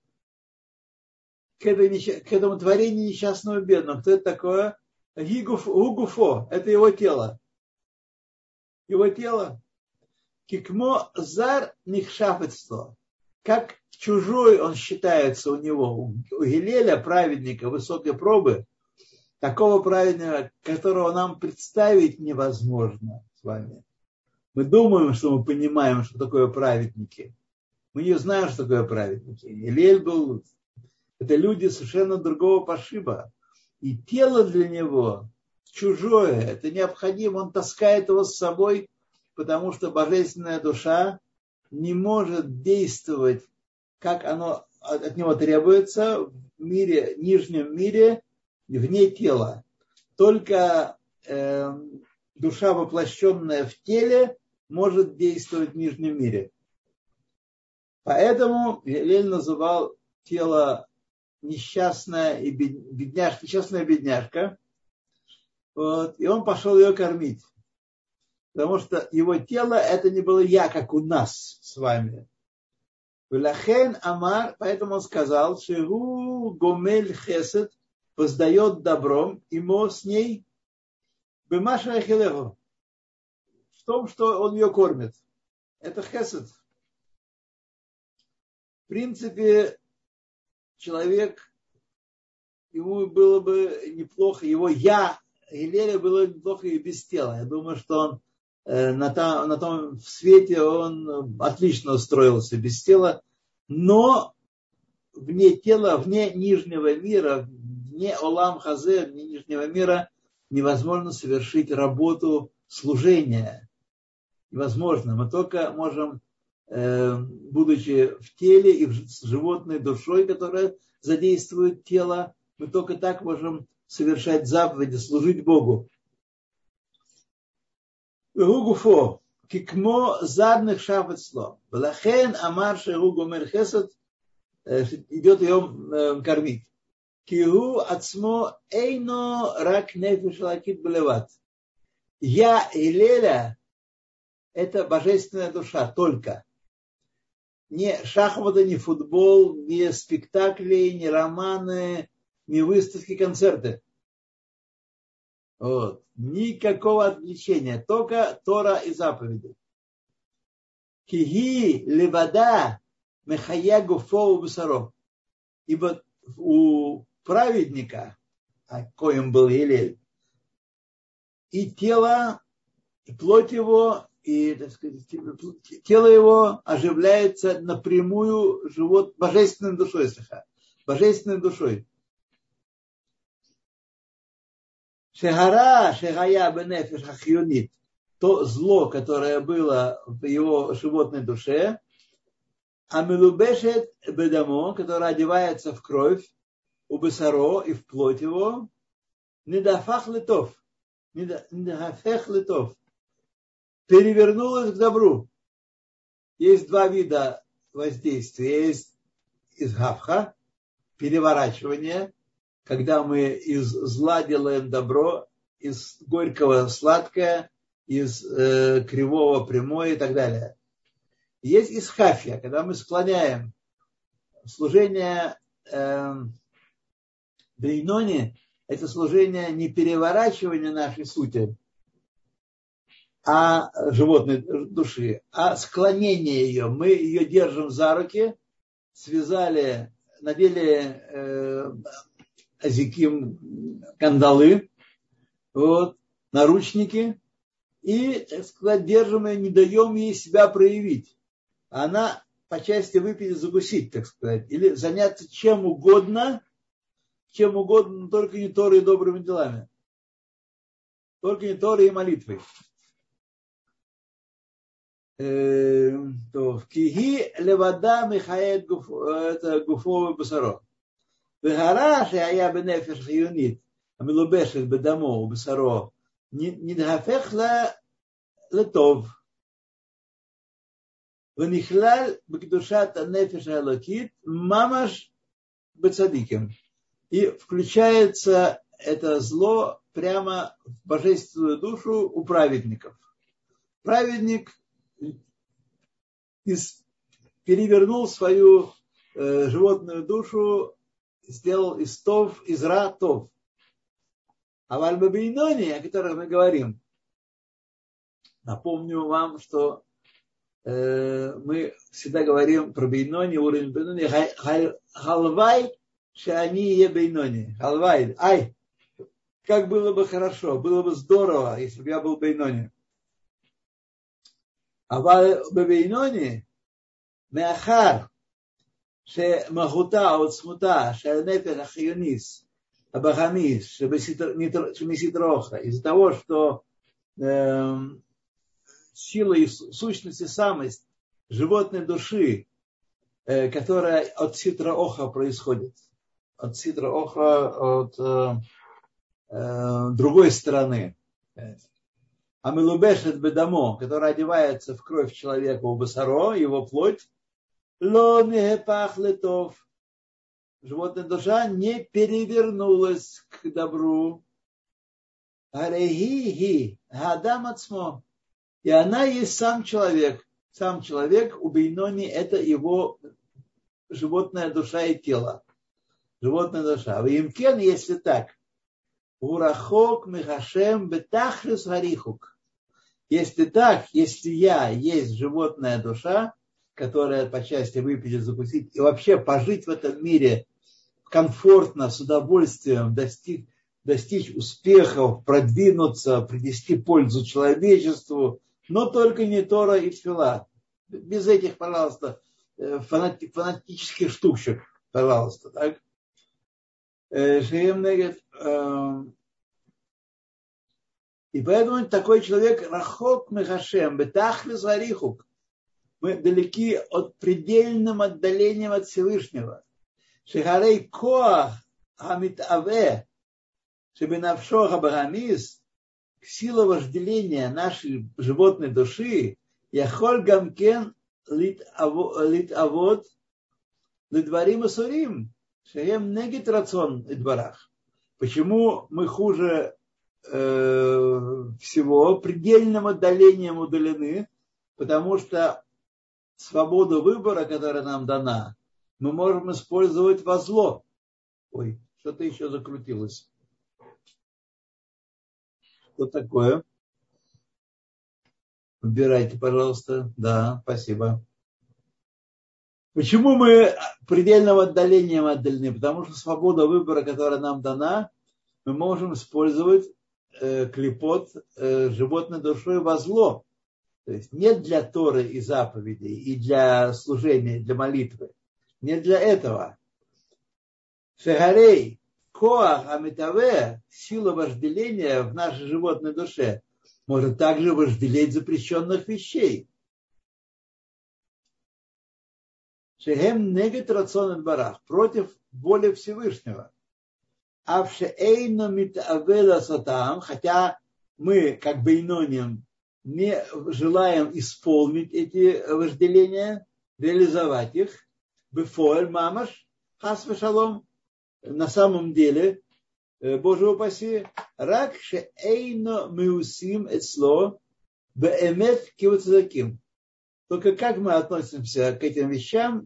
К, этой, к этому творению несчастного и бедного. Кто это такое? Гугуфо. Это его тело. Его тело. Кикмо зар нихшафетство. Как чужой он считается у него. У Гилеля, праведника, высокой пробы, такого праведника, которого нам представить невозможно с вами. Мы думаем, что мы понимаем, что такое праведники. Мы не знаем, что такое праведники. Гилель был... Это люди совершенно другого пошиба. И тело для него чужое. Это необходимо. Он таскает его с собой, потому что божественная душа не может действовать, как оно от него требуется в мире, нижнем мире, вне тела. Только э, душа, воплощенная в теле, может действовать в нижнем мире. Поэтому Гилель называл тело несчастная и бедняжка, несчастная бедняжка. Вот, и он пошел ее кормить. Потому что его тело это не было я, как у нас с вами. Вилахен Амар, поэтому он сказал, Шигу Гомель Хесед воздает добром, ему с ней Бемаша Ахилеву. В том, что он ее кормит. Это Хесед. В принципе, человек, ему было бы неплохо, его я, Гилеля было неплохо и без тела. Я думаю, что он э, на, том, на том свете он отлично устроился без тела, но вне тела, вне нижнего мира, вне Олам Хазе, вне нижнего мира невозможно совершить работу служения. Невозможно. Мы только можем, будучи в теле и с животной душой, которая задействует тело, мы только так можем совершать заповеди, служить Богу. Гугуфо, кикмо задных шафетсло. Балахен амар шеру гомер хесед, идет ее кормить. Кигу ацмо эйно рак нефеш лакит балеват. Я и Леля это божественная душа только. Не шахматы, не футбол, не спектакли, не романы, не выставки, концерты. Вот. Никакого отвлечения, только Тора и заповеди. Киги левада мехая гуфо бусаро. Ибо у праведника, а коим был Гилель, и тело, и плоть его, и, так сказать, тело его оживляется напрямую живот, божественной душой, слыха, божественной душой. Шегара, шегая бенефиш хахионит, то зло, которое было в его животной душе, а мелубешет бедамо, которое одевается в кровь, у бесаро и в плоть его, недафах летов, недафех летов, перевернулось к добру. Есть два вида воздействия. Есть изгавха, переворачивание, когда мы из зла делаем добро, из горького сладкое, из э, кривого прямое и так далее. Есть исхафия, когда мы склоняем служение э, бейнони, это служение не переворачивания нашей сути, а животной души, а склонение ее. Мы ее держим за руки, связали, надели э, азиким кандалы, вот, наручники, и, так сказать, держим ее, не даем ей себя проявить. Она по части выпить и закусить, так сказать, или заняться чем угодно, чем угодно, но только не Торой и добрыми делами. Только не Торой и молитвой. Киги левада михаэт гуфовый басаро. Вегара шеая бенефеш хионит, амилубешет бедамо басаро, нидгафех летов. Венихлаль бекдушат нефеш алокит мамаш бецадиким. И включается это зло прямо в божественную душу у праведников. Праведник из, перевернул свою э, животную душу, сделал из тов, из ра тов. А в аль-бабейноне, о которых мы говорим, напомню вам, что э, мы всегда говорим про бейнони, уровень бейнони, халвай шани е бейнони. Халвай, ай, как было бы хорошо, было бы здорово, если бы я был бейнони. אבל בבינוני, מאחר שמהותה או עצמותה של הנפש החיוניס, הבחמיס, שמסתרוחה, из-за того, что э, сила и сущность и самость животной души, э, которая от ситра-оха происходит, от ситра-оха, от э, э, другой стороны, а мелубешет бедамо, который одевается в кровь человека у басаро, его плоть, ло нехепах летов. Животная душа не перевернулась к добру. Арехи-хи, гадам ацмо. И она есть сам человек. Сам человек у бейнони это его животная душа и тело. Животная душа. В имкен, если так, урахок михашем бетахрис гарихук. Если так, если я есть животная душа, которая по части выпить и закусить, и вообще пожить в этом мире комфортно, с удовольствием, достичь, достичь успехов, продвинуться, принести пользу человечеству, но только не Тора и Тфила. Без этих, пожалуйста, фанати, фанатических штучек, пожалуйста, так? И поэтому такой человек рахок мехашем, бетахлис гарихук. Мы далеки от предельным отдалением от Всевышнего. Шехарей коах хамитаве, шебенавшо хабагамис, сила вожделения нашей животной души, яхоль гамкен лит авод лидварим асурим, шеем негит рацион идварах. Почему мы хуже всего предельным отдалением удалены, потому что свобода выбора, которая нам дана, мы можем использовать во зло. Ой, что-то еще закрутилось. Что такое? Убирайте, пожалуйста. Да, спасибо. Почему мы предельным отдалением отдалены? Потому что свобода выбора, которая нам дана, мы можем использовать э, клипот э, животной душой во зло. То есть не для Торы и заповедей, и для служения, для молитвы. Не для этого. Шегарей, коах, амитаве, сила вожделения в нашей животной душе может также вожделеть запрещенных вещей. Шехем негет рацион барах, против воли Всевышнего. Авшеэйно митаведа сатам, хотя мы, как бейноним, не желаем исполнить эти вожделения, реализовать их, бефоэль мамаш, хас вешалом, на самом деле, Боже упаси, рак шеэйно меусим эцло, беэмет кивацадаким. Только как мы относимся к этим вещам,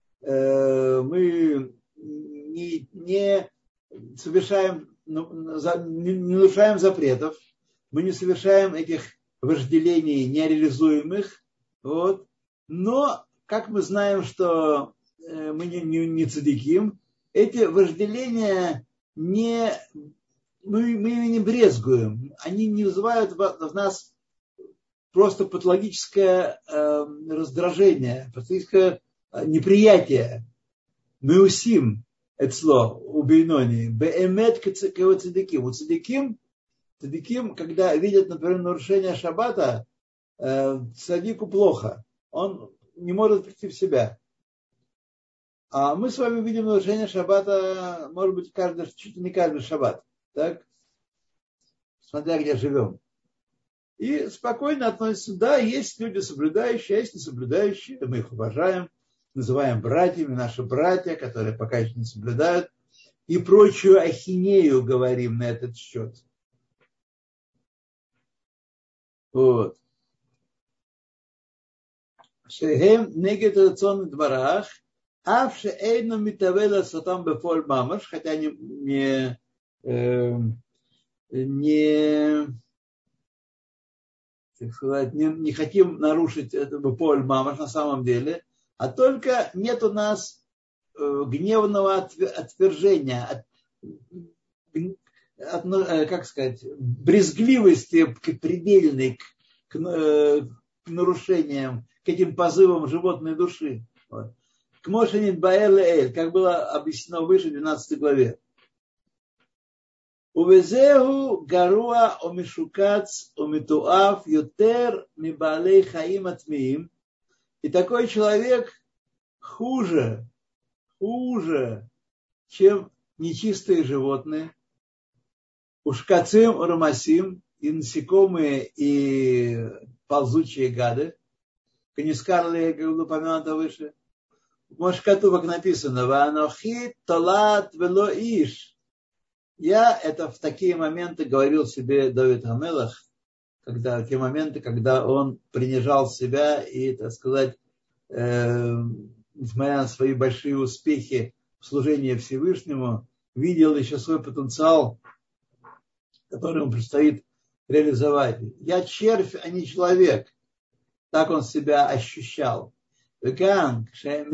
мы не, не совершаем, не нарушаем запретов, мы не совершаем этих вожделений нереализуемых, вот. Но, как мы знаем, что мы не, не, не цадиким, эти вожделения не, мы, мы не брезгуем, они не вызывают в нас просто патологическое э, раздражение, патологическое неприятие. Мы усим это слово у Бейнони. Беэмет кево цадиким. У цадиким, цадиким, когда видят, например, нарушение шаббата, э, цадику плохо. Он не может прийти в себя. А мы с вами видим нарушение шаббата, может быть, каждый, чуть ли не каждый шаббат. Так? Смотря где живем. И спокойно относятся, да, есть люди соблюдающие, а есть несоблюдающие, мы их уважаем, называем братьями, наши братья, которые пока еще не соблюдают, и прочую ахинею говорим на этот счет. Вот. Шехем негет рацион дворах, ав шеэйно митавела сатам бефоль мамаш, хотя не, не, э, не так сказать, не, не хотим нарушить этого поль мамаш на самом деле, а только нет у нас э, гневного отвержения, от, от, как сказать, брезгливости предельной к, к, э, к нарушениям, к этим позывам животной души. Вот. К Мошенит Баэль Эль, как было объяснено выше в двенадцатой главе. Увезеху гаруа омишукац омитуав ютер мибалей хаим атмиим. И такой человек хуже, хуже, чем нечистые животные, ушкацим урамасим, и насекомые, и ползучие гады. Канискарли, как было упомянуто выше. В Мошкату, как написано, ванохи талат вело иш. Я это в такие моменты говорил себе Давид Хамелах, когда, в те моменты, когда он принижал себя и, так сказать, э, несмотря на свои большие успехи в служении Всевышнему, видел еще свой потенциал, который ему предстоит реализовать. Я червь, а не человек. Так он себя ощущал. וכאן,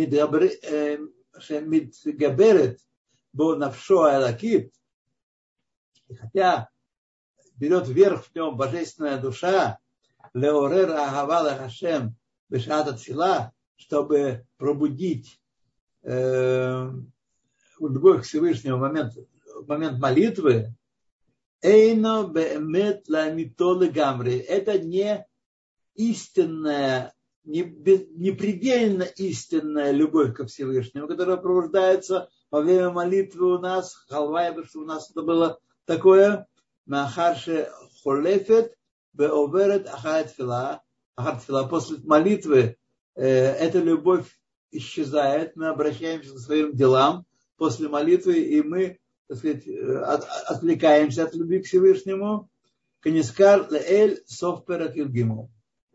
כשמתגברת בו נפשו האלוקית, и хотя берет вверх в нем божественная душа, леорер агава лехашем бешат атфила, чтобы пробудить э, любовь к Всевышнему в момент, в момент молитвы, эйно беэмет ламито легамри, это не истинная, не, не предельно истинная любовь ко Всевышнему, которая пробуждается во время молитвы у нас, халвай, что у нас это было такое, махарше холефет беоверет ахарет фила, ахарет фила, после молитвы э, эта любовь исчезает, мы обращаемся к своим делам после молитвы, и мы, так сказать, от, отвлекаемся от любви к Всевышнему. Канискар леэль софперак илгиму.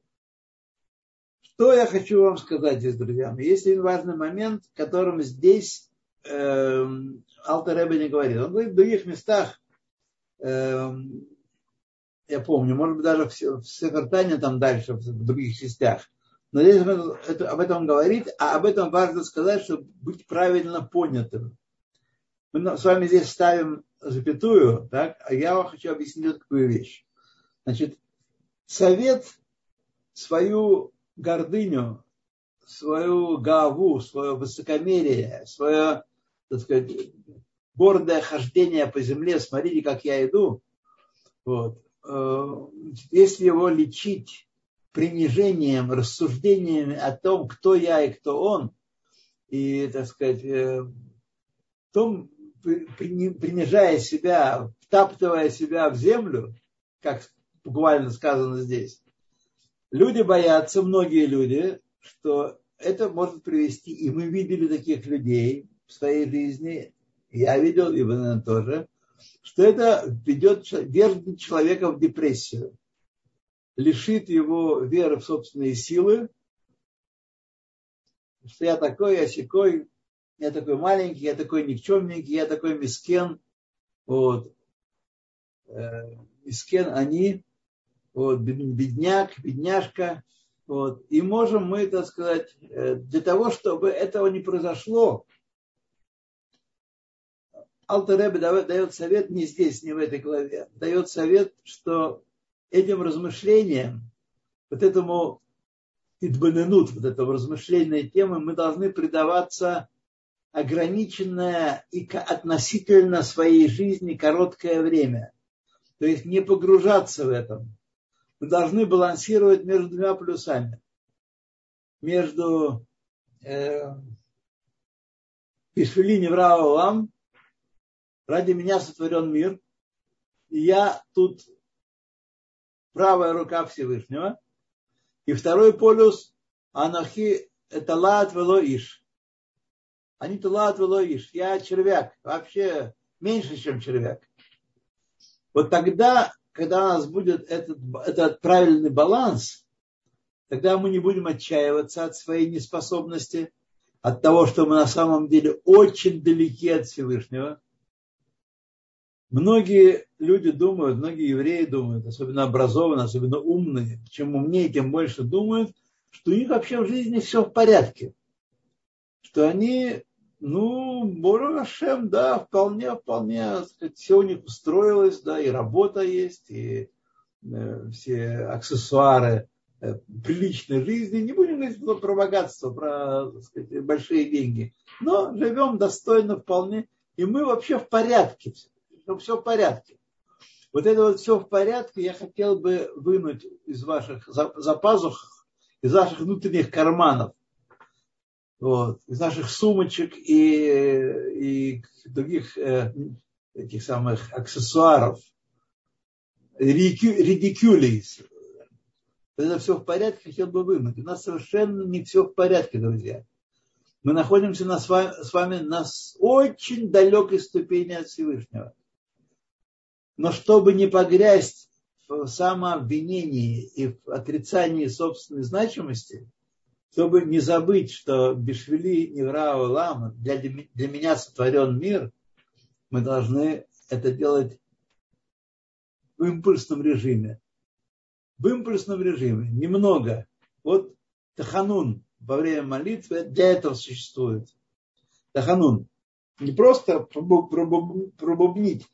Что я хочу вам сказать здесь, друзья? Есть один важный момент, о котором здесь э, Алтер Ребе не говорит. Он говорит в других местах, э, я помню, может быть, даже в, в Сефер Тане, там дальше, в других частях. Но здесь это, об этом он говорит, а об этом важно сказать, чтобы быть правильно понятым. Мы с вами здесь ставим запятую, так? А я вам хочу объяснить такую вещь. Значит, совет свою гордыню, свою гаву, свое высокомерие, свое, так сказать, гордое хождение по земле, смотрите, как я иду, вот. Если его лечить принижением, рассуждениями о том, кто я и кто он, и, так сказать, том, принижая себя, втаптывая себя в землю, как буквально сказано здесь, люди боятся, многие люди, что это может привести, и мы видели таких людей в своей жизни, я видел, и вы, наверное, тоже, что это ведет, держит человека в депрессию, лишит его веры в собственные силы, что я такой, я сякой, я такой маленький, я такой никчемненький, я такой мискен, вот, э, мискен они, вот, бедняк, бедняшка, вот, и можем мы, так сказать, для того, чтобы этого не произошло, Алтер Ребе дает совет не здесь, не в этой главе, дает совет, что этим размышлением, вот этому идбаненут, вот этому размышленной темы, мы должны предаваться ограниченное и относительно своей жизни короткое время. То есть не погружаться в этом. Мы должны балансировать между двумя полюсами. Между Бишвили невра олам, ради меня сотворен мир, и я тут правая рука Всевышнего. И второй полюс анахи талат вело иш. Они талат вело иш. Я червяк, вообще меньше, чем червяк. Вот тогда, когда у нас будет этот, этот правильный баланс, тогда мы не будем отчаиваться от своей неспособности, от того, что мы на самом деле очень далеки от Всевышнего. Многие люди думают, многие евреи думают, особенно образованные, особенно умные, чем умнее, тем больше думают, что у них вообще в жизни все в порядке. Что они, ну, Борух Ашем, да, вполне, вполне, сказать, все у них устроилось, да, и работа есть, и э, все аксессуары э, приличной жизни. Не будем говорить про богатство, про, так сказать, большие деньги, но живем достойно вполне, и мы вообще в порядке. Что все в порядке. Вот это вот все в порядке я хотел бы вынуть из ваших за, за пазух, из ваших внутренних карманов, вот, из наших сумочек и, и других э, этих самых аксессуаров, редикюлей. Это все в порядке, хотел бы вынуть. У нас совершенно не все в порядке, друзья. Мы находимся на, с, вами, с вами на очень далекой ступени от Всевышнего. Но чтобы не погрязть в самообвинении и в отрицании собственной значимости, чтобы не забыть, что Бишвили невра олам, для, для меня сотворен мир, мы должны это делать в импульсном режиме. В импульсном режиме, немного. Вот таханун во время молитвы для этого существует. Таханун. Не просто пробубнить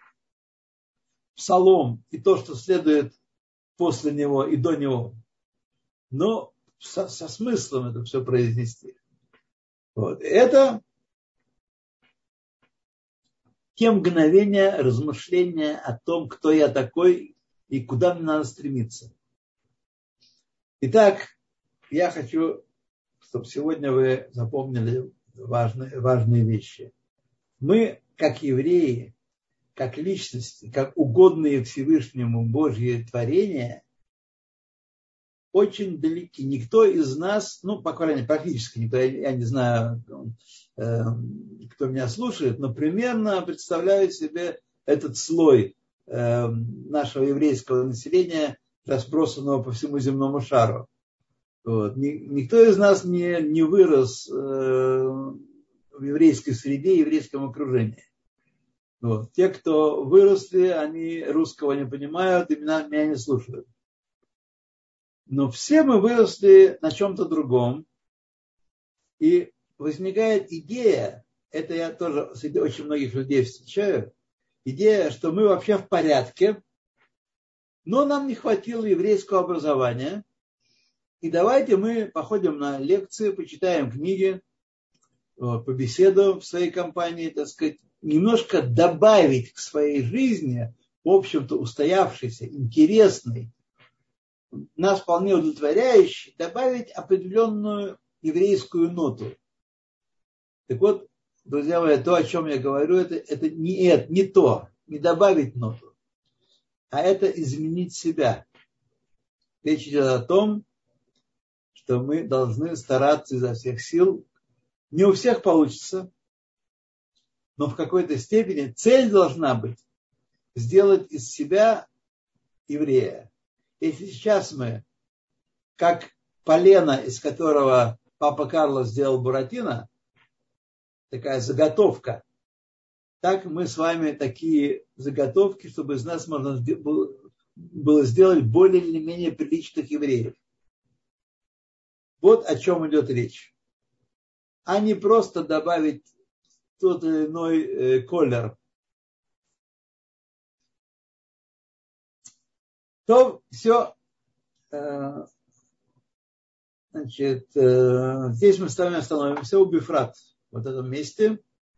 псалом и то, что следует после него и до него, но со, со смыслом это все произнести. Вот. Это те мгновения размышления о том, кто я такой и куда мне надо стремиться. Итак, я хочу, чтобы сегодня вы запомнили важные, важные вещи. Мы, как евреи, как личности, как угодные Всевышнему Божьи творения, очень далеки. Никто из нас, ну, по крайней мере, практически никто, я не знаю, э, кто меня слушает, но примерно представляю себе этот слой э, нашего еврейского населения, разбросанного по всему земному шару. Вот. Никто из нас не, не вырос э, в еврейской среде, еврейском окружении. Вот. Те, кто выросли, они русского не понимают и меня, меня не слушают. Но все мы выросли на чем-то другом. И возникает идея, это я тоже среди очень многих людей встречаю, идея, что мы вообще в порядке, но нам не хватило еврейского образования, и давайте мы походим на лекции, почитаем книги, побеседуем в своей компании, так сказать, немножко добавить к своей жизни, в общем-то, устоявшейся, интересной, нас вполне удовлетворяющей, добавить определенную еврейскую ноту. Так вот, друзья мои, то, о чем я говорю, это, это, не, это не то, не добавить ноту, а это изменить себя. Речь идет о том, что мы должны стараться изо всех сил. Не у всех получится, но в какой-то степени цель должна быть сделать из себя еврея. Если сейчас мы, как полено, из которого папа Карло сделал Буратино, такая заготовка, так мы с вами такие заготовки, чтобы из нас можно было сделать более или менее приличных евреев. Вот о чем идет речь. А не просто добавить тот или иной э, колер. То все, э, значит, э, здесь мы с вами остановимся у Бифрат, вот в этом месте.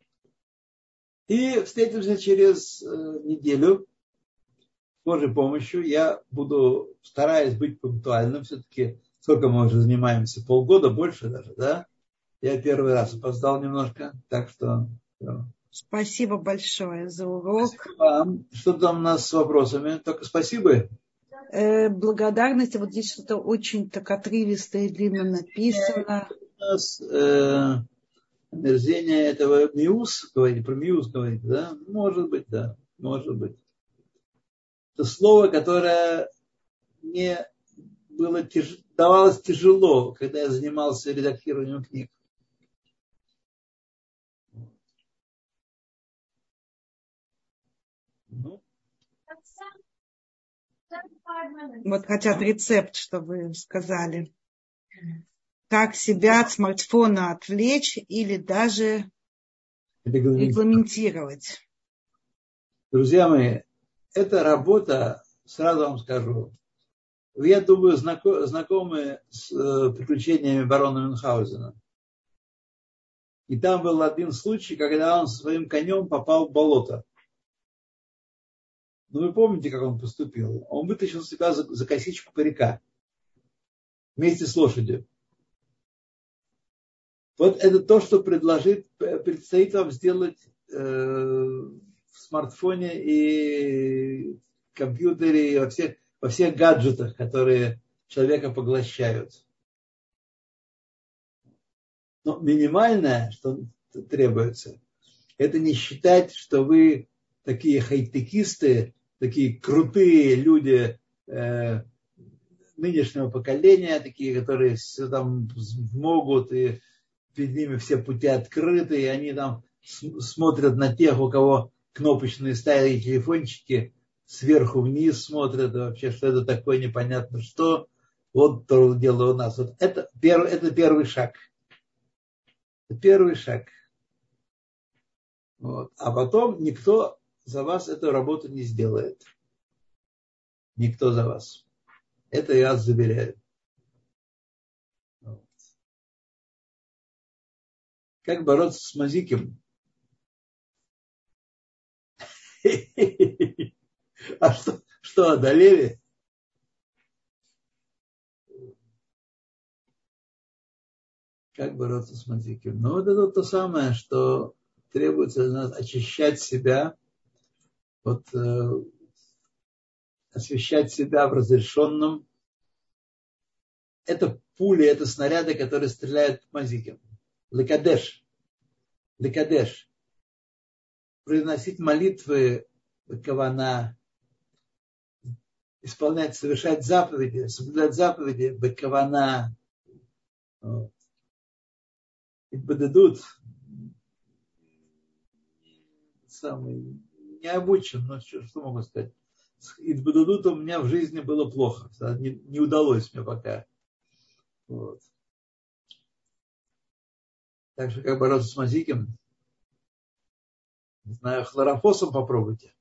И встретимся через э, неделю. С Божьей помощью я буду, стараюсь быть пунктуальным. Все-таки сколько мы уже занимаемся? Полгода, больше даже, да? Я первый раз опоздал немножко, так что... Спасибо большое за урок. Спасибо вам. Что там у нас с вопросами? Только спасибо. Э, благодарность. Вот здесь что-то очень так отрывисто и длинно написано. У нас э, мерзение этого миус, говорит, про миус говорит, да? Может быть, да, может быть. Это слово, которое мне было тяж... давалось тяжело, когда я занимался редактированием книг. Ну. Вот хотят рецепт, что вы сказали. Как себя от смартфона отвлечь или даже регламентировать. Друзья мои, эта работа, сразу вам скажу, я думаю, знакомы с приключениями барона Мюнхгаузена. И там был один случай, когда он своим конем попал в болото. Ну, вы помните, как он поступил? Он вытащил себя за, за косичку парика вместе с лошадью. Вот это то, что предложит, предстоит вам сделать э, в смартфоне и компьютере, и во всех, во всех гаджетах, которые человека поглощают. Но минимальное, что требуется, это не считать, что вы такие хай-текисты, такие крутые люди э, нынешнего поколения, такие, которые все там могут, и перед ними все пути открыты, и они там смотрят на тех, у кого кнопочные старые телефончики, сверху вниз смотрят, вообще, что это такое, непонятно что. Вот то дело у нас. Вот это, первый, это первый шаг. Это первый шаг. Вот. А потом никто за вас эту работу не сделает. Никто за вас. Это я вас заверяю. Вот. Как бороться с мазиком? А что, что одолели? Как бороться с мазиком? Ну, вот это то самое, что требуется от нас очищать себя, вот, э, освещать себя в разрешенном. Это пули, это снаряды, которые стреляют в мазиком. Лекадеш. Лекадеш. Произносить молитвы, кавана, исполнять, совершать заповеди, соблюдать заповеди, бекавана. Вот. И бададут, самый, не обучен, но что, что могу сказать. И бададут у меня в жизни было плохо. Не, не удалось мне пока. Вот. Так что как бороться с мазиком? Не знаю, хлорофосом попробуйте.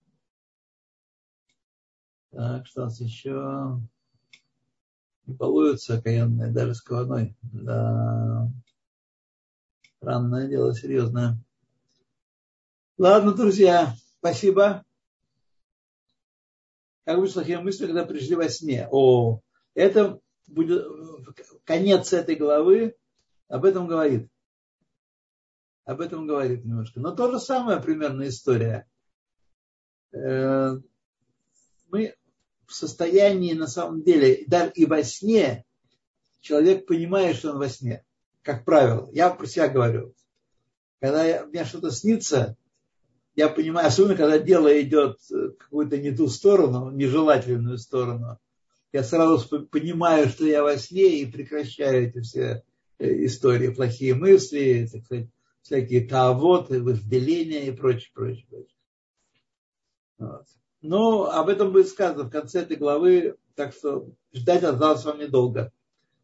Так, что у нас еще? Не балуются окаянные, даже с кованой. Да. Странное дело, серьезное. Ладно, друзья, спасибо. Как вышла такие мысли, когда пришли во сне? О, это будет конец этой главы, об этом говорит. Об этом говорит немножко. Но то же самое примерно история. Мы в состоянии, на самом деле, даже и во сне, человек понимает, что он во сне. Как правило. Я про себя говорю. Когда я, мне что-то снится, я понимаю, особенно когда дело идет в какую-то не ту сторону, нежелательную сторону, я сразу понимаю, что я во сне и прекращаю эти все истории, плохие мысли, так сказать, всякие таавоты, вожделения и прочее, прочее, прочее. Вот. Но об этом будет сказано в конце этой главы, так что ждать осталось вам недолго.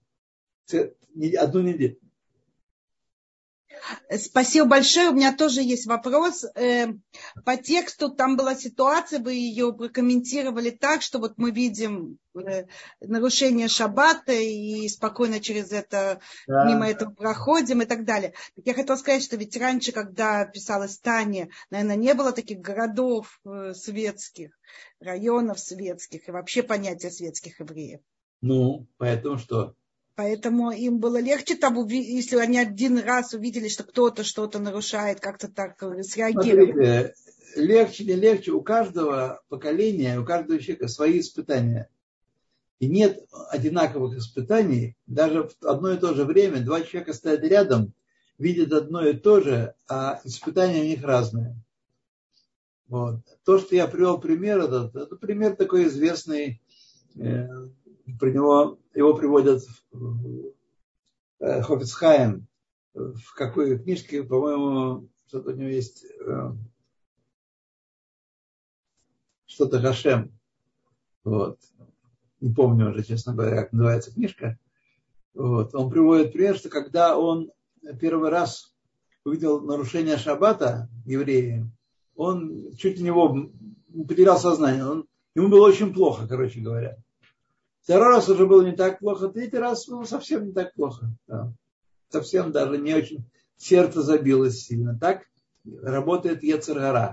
Одну неделю. Спасибо большое. У меня тоже есть вопрос. По тексту там была ситуация, вы ее прокомментировали так, что вот мы видим нарушение шаббата и спокойно через это, да, мимо этого проходим и так далее. Так я хотела сказать, что ведь раньше, когда писалось Таня, наверное, не было таких городов светских, районов светских и вообще понятия светских евреев. Ну, поэтому что? Поэтому им было легче, там, если они один раз увидели, что кто-то что-то нарушает, как-то так среагировать. Смотрите, легче, не легче, у каждого поколения, у каждого человека свои испытания. И нет одинаковых испытаний. Даже в одно и то же время два человека стоят рядом, видят одно и то же, а испытания у них разные. Вот. То, что я привел пример, это, это пример такой известный. Про него, его приводят в Хафец Хаим, в какой книжке, по-моему, что-то у него есть, что-то Хашем. Вот. Не помню уже, честно говоря, как называется книжка. Вот. Он приводит пример, что когда он первый раз увидел нарушение шаббата евреи, он чуть у него потерял сознание. Он, ему было очень плохо, короче говоря. Второй раз уже было не так плохо, третий раз было совсем не так плохо. Да. Совсем даже не очень, сердце забилось сильно. Так работает йецер гара.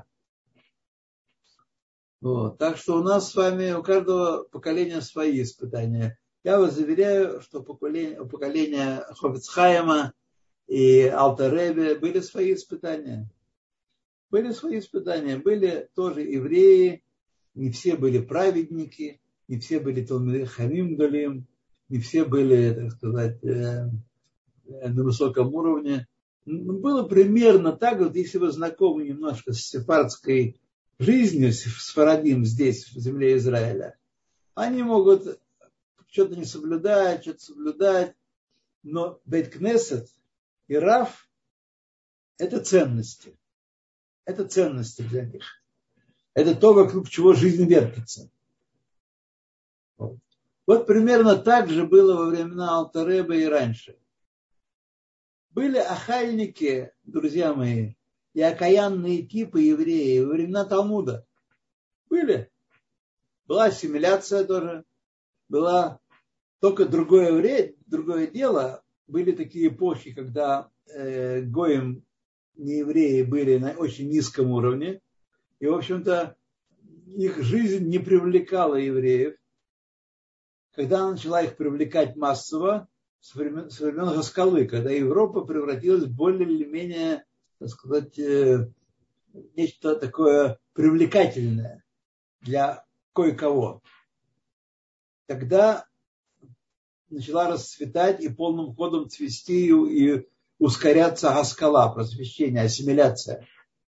Вот. Так что у нас с вами, у каждого поколения свои испытания. Я вас заверяю, что поколение, у поколения Хафец Хаима и Алтер Ребе были свои испытания. Были свои испытания. Были тоже евреи, не все были праведники, не все были Талмидей Хамим Галим, не все были, так сказать, на высоком уровне. Было примерно так, вот если вы знакомы немножко с сефардской жизнью, с Сфарадим здесь, в земле Израиля, они могут что-то не соблюдать, что-то соблюдать, но Бейт-Кнесет и Рав – это ценности. Это ценности для них. Это то, вокруг чего жизнь вертится. Вот. Вот примерно так же было во времена Алтер Ребе и раньше. Были ахальники, друзья мои, и окаянные типы евреев во времена Талмуда. Были. Была ассимиляция тоже. Была только другое время, другое дело. Были такие эпохи, когда э, гоим, неевреи, были на очень низком уровне. И, в общем-то, их жизнь не привлекала евреев. Когда она начала их привлекать массово, с времен, с времен Гаскалы, когда Европа превратилась в более или менее, так сказать, э, нечто такое привлекательное для кое-кого. Тогда начала расцветать и полным ходом цвести и ускоряться Гаскала, просвещение, ассимиляция.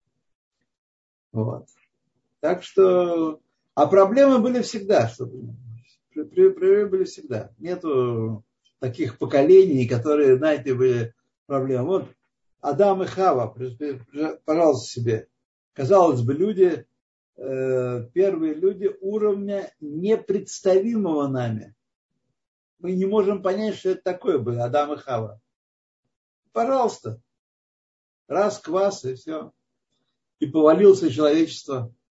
Вот. Так что, а проблемы были всегда, чтобы проблемы были всегда. Нету таких поколений, которые, знаете, были проблемы. Вот Адам и Хава, пожалуйста, себе. Казалось бы, люди, первые люди уровня непредставимого нами. Мы не можем понять, что это такое было, Адам и Хава. Пожалуйста. Раз, квас и все. и повалился человечество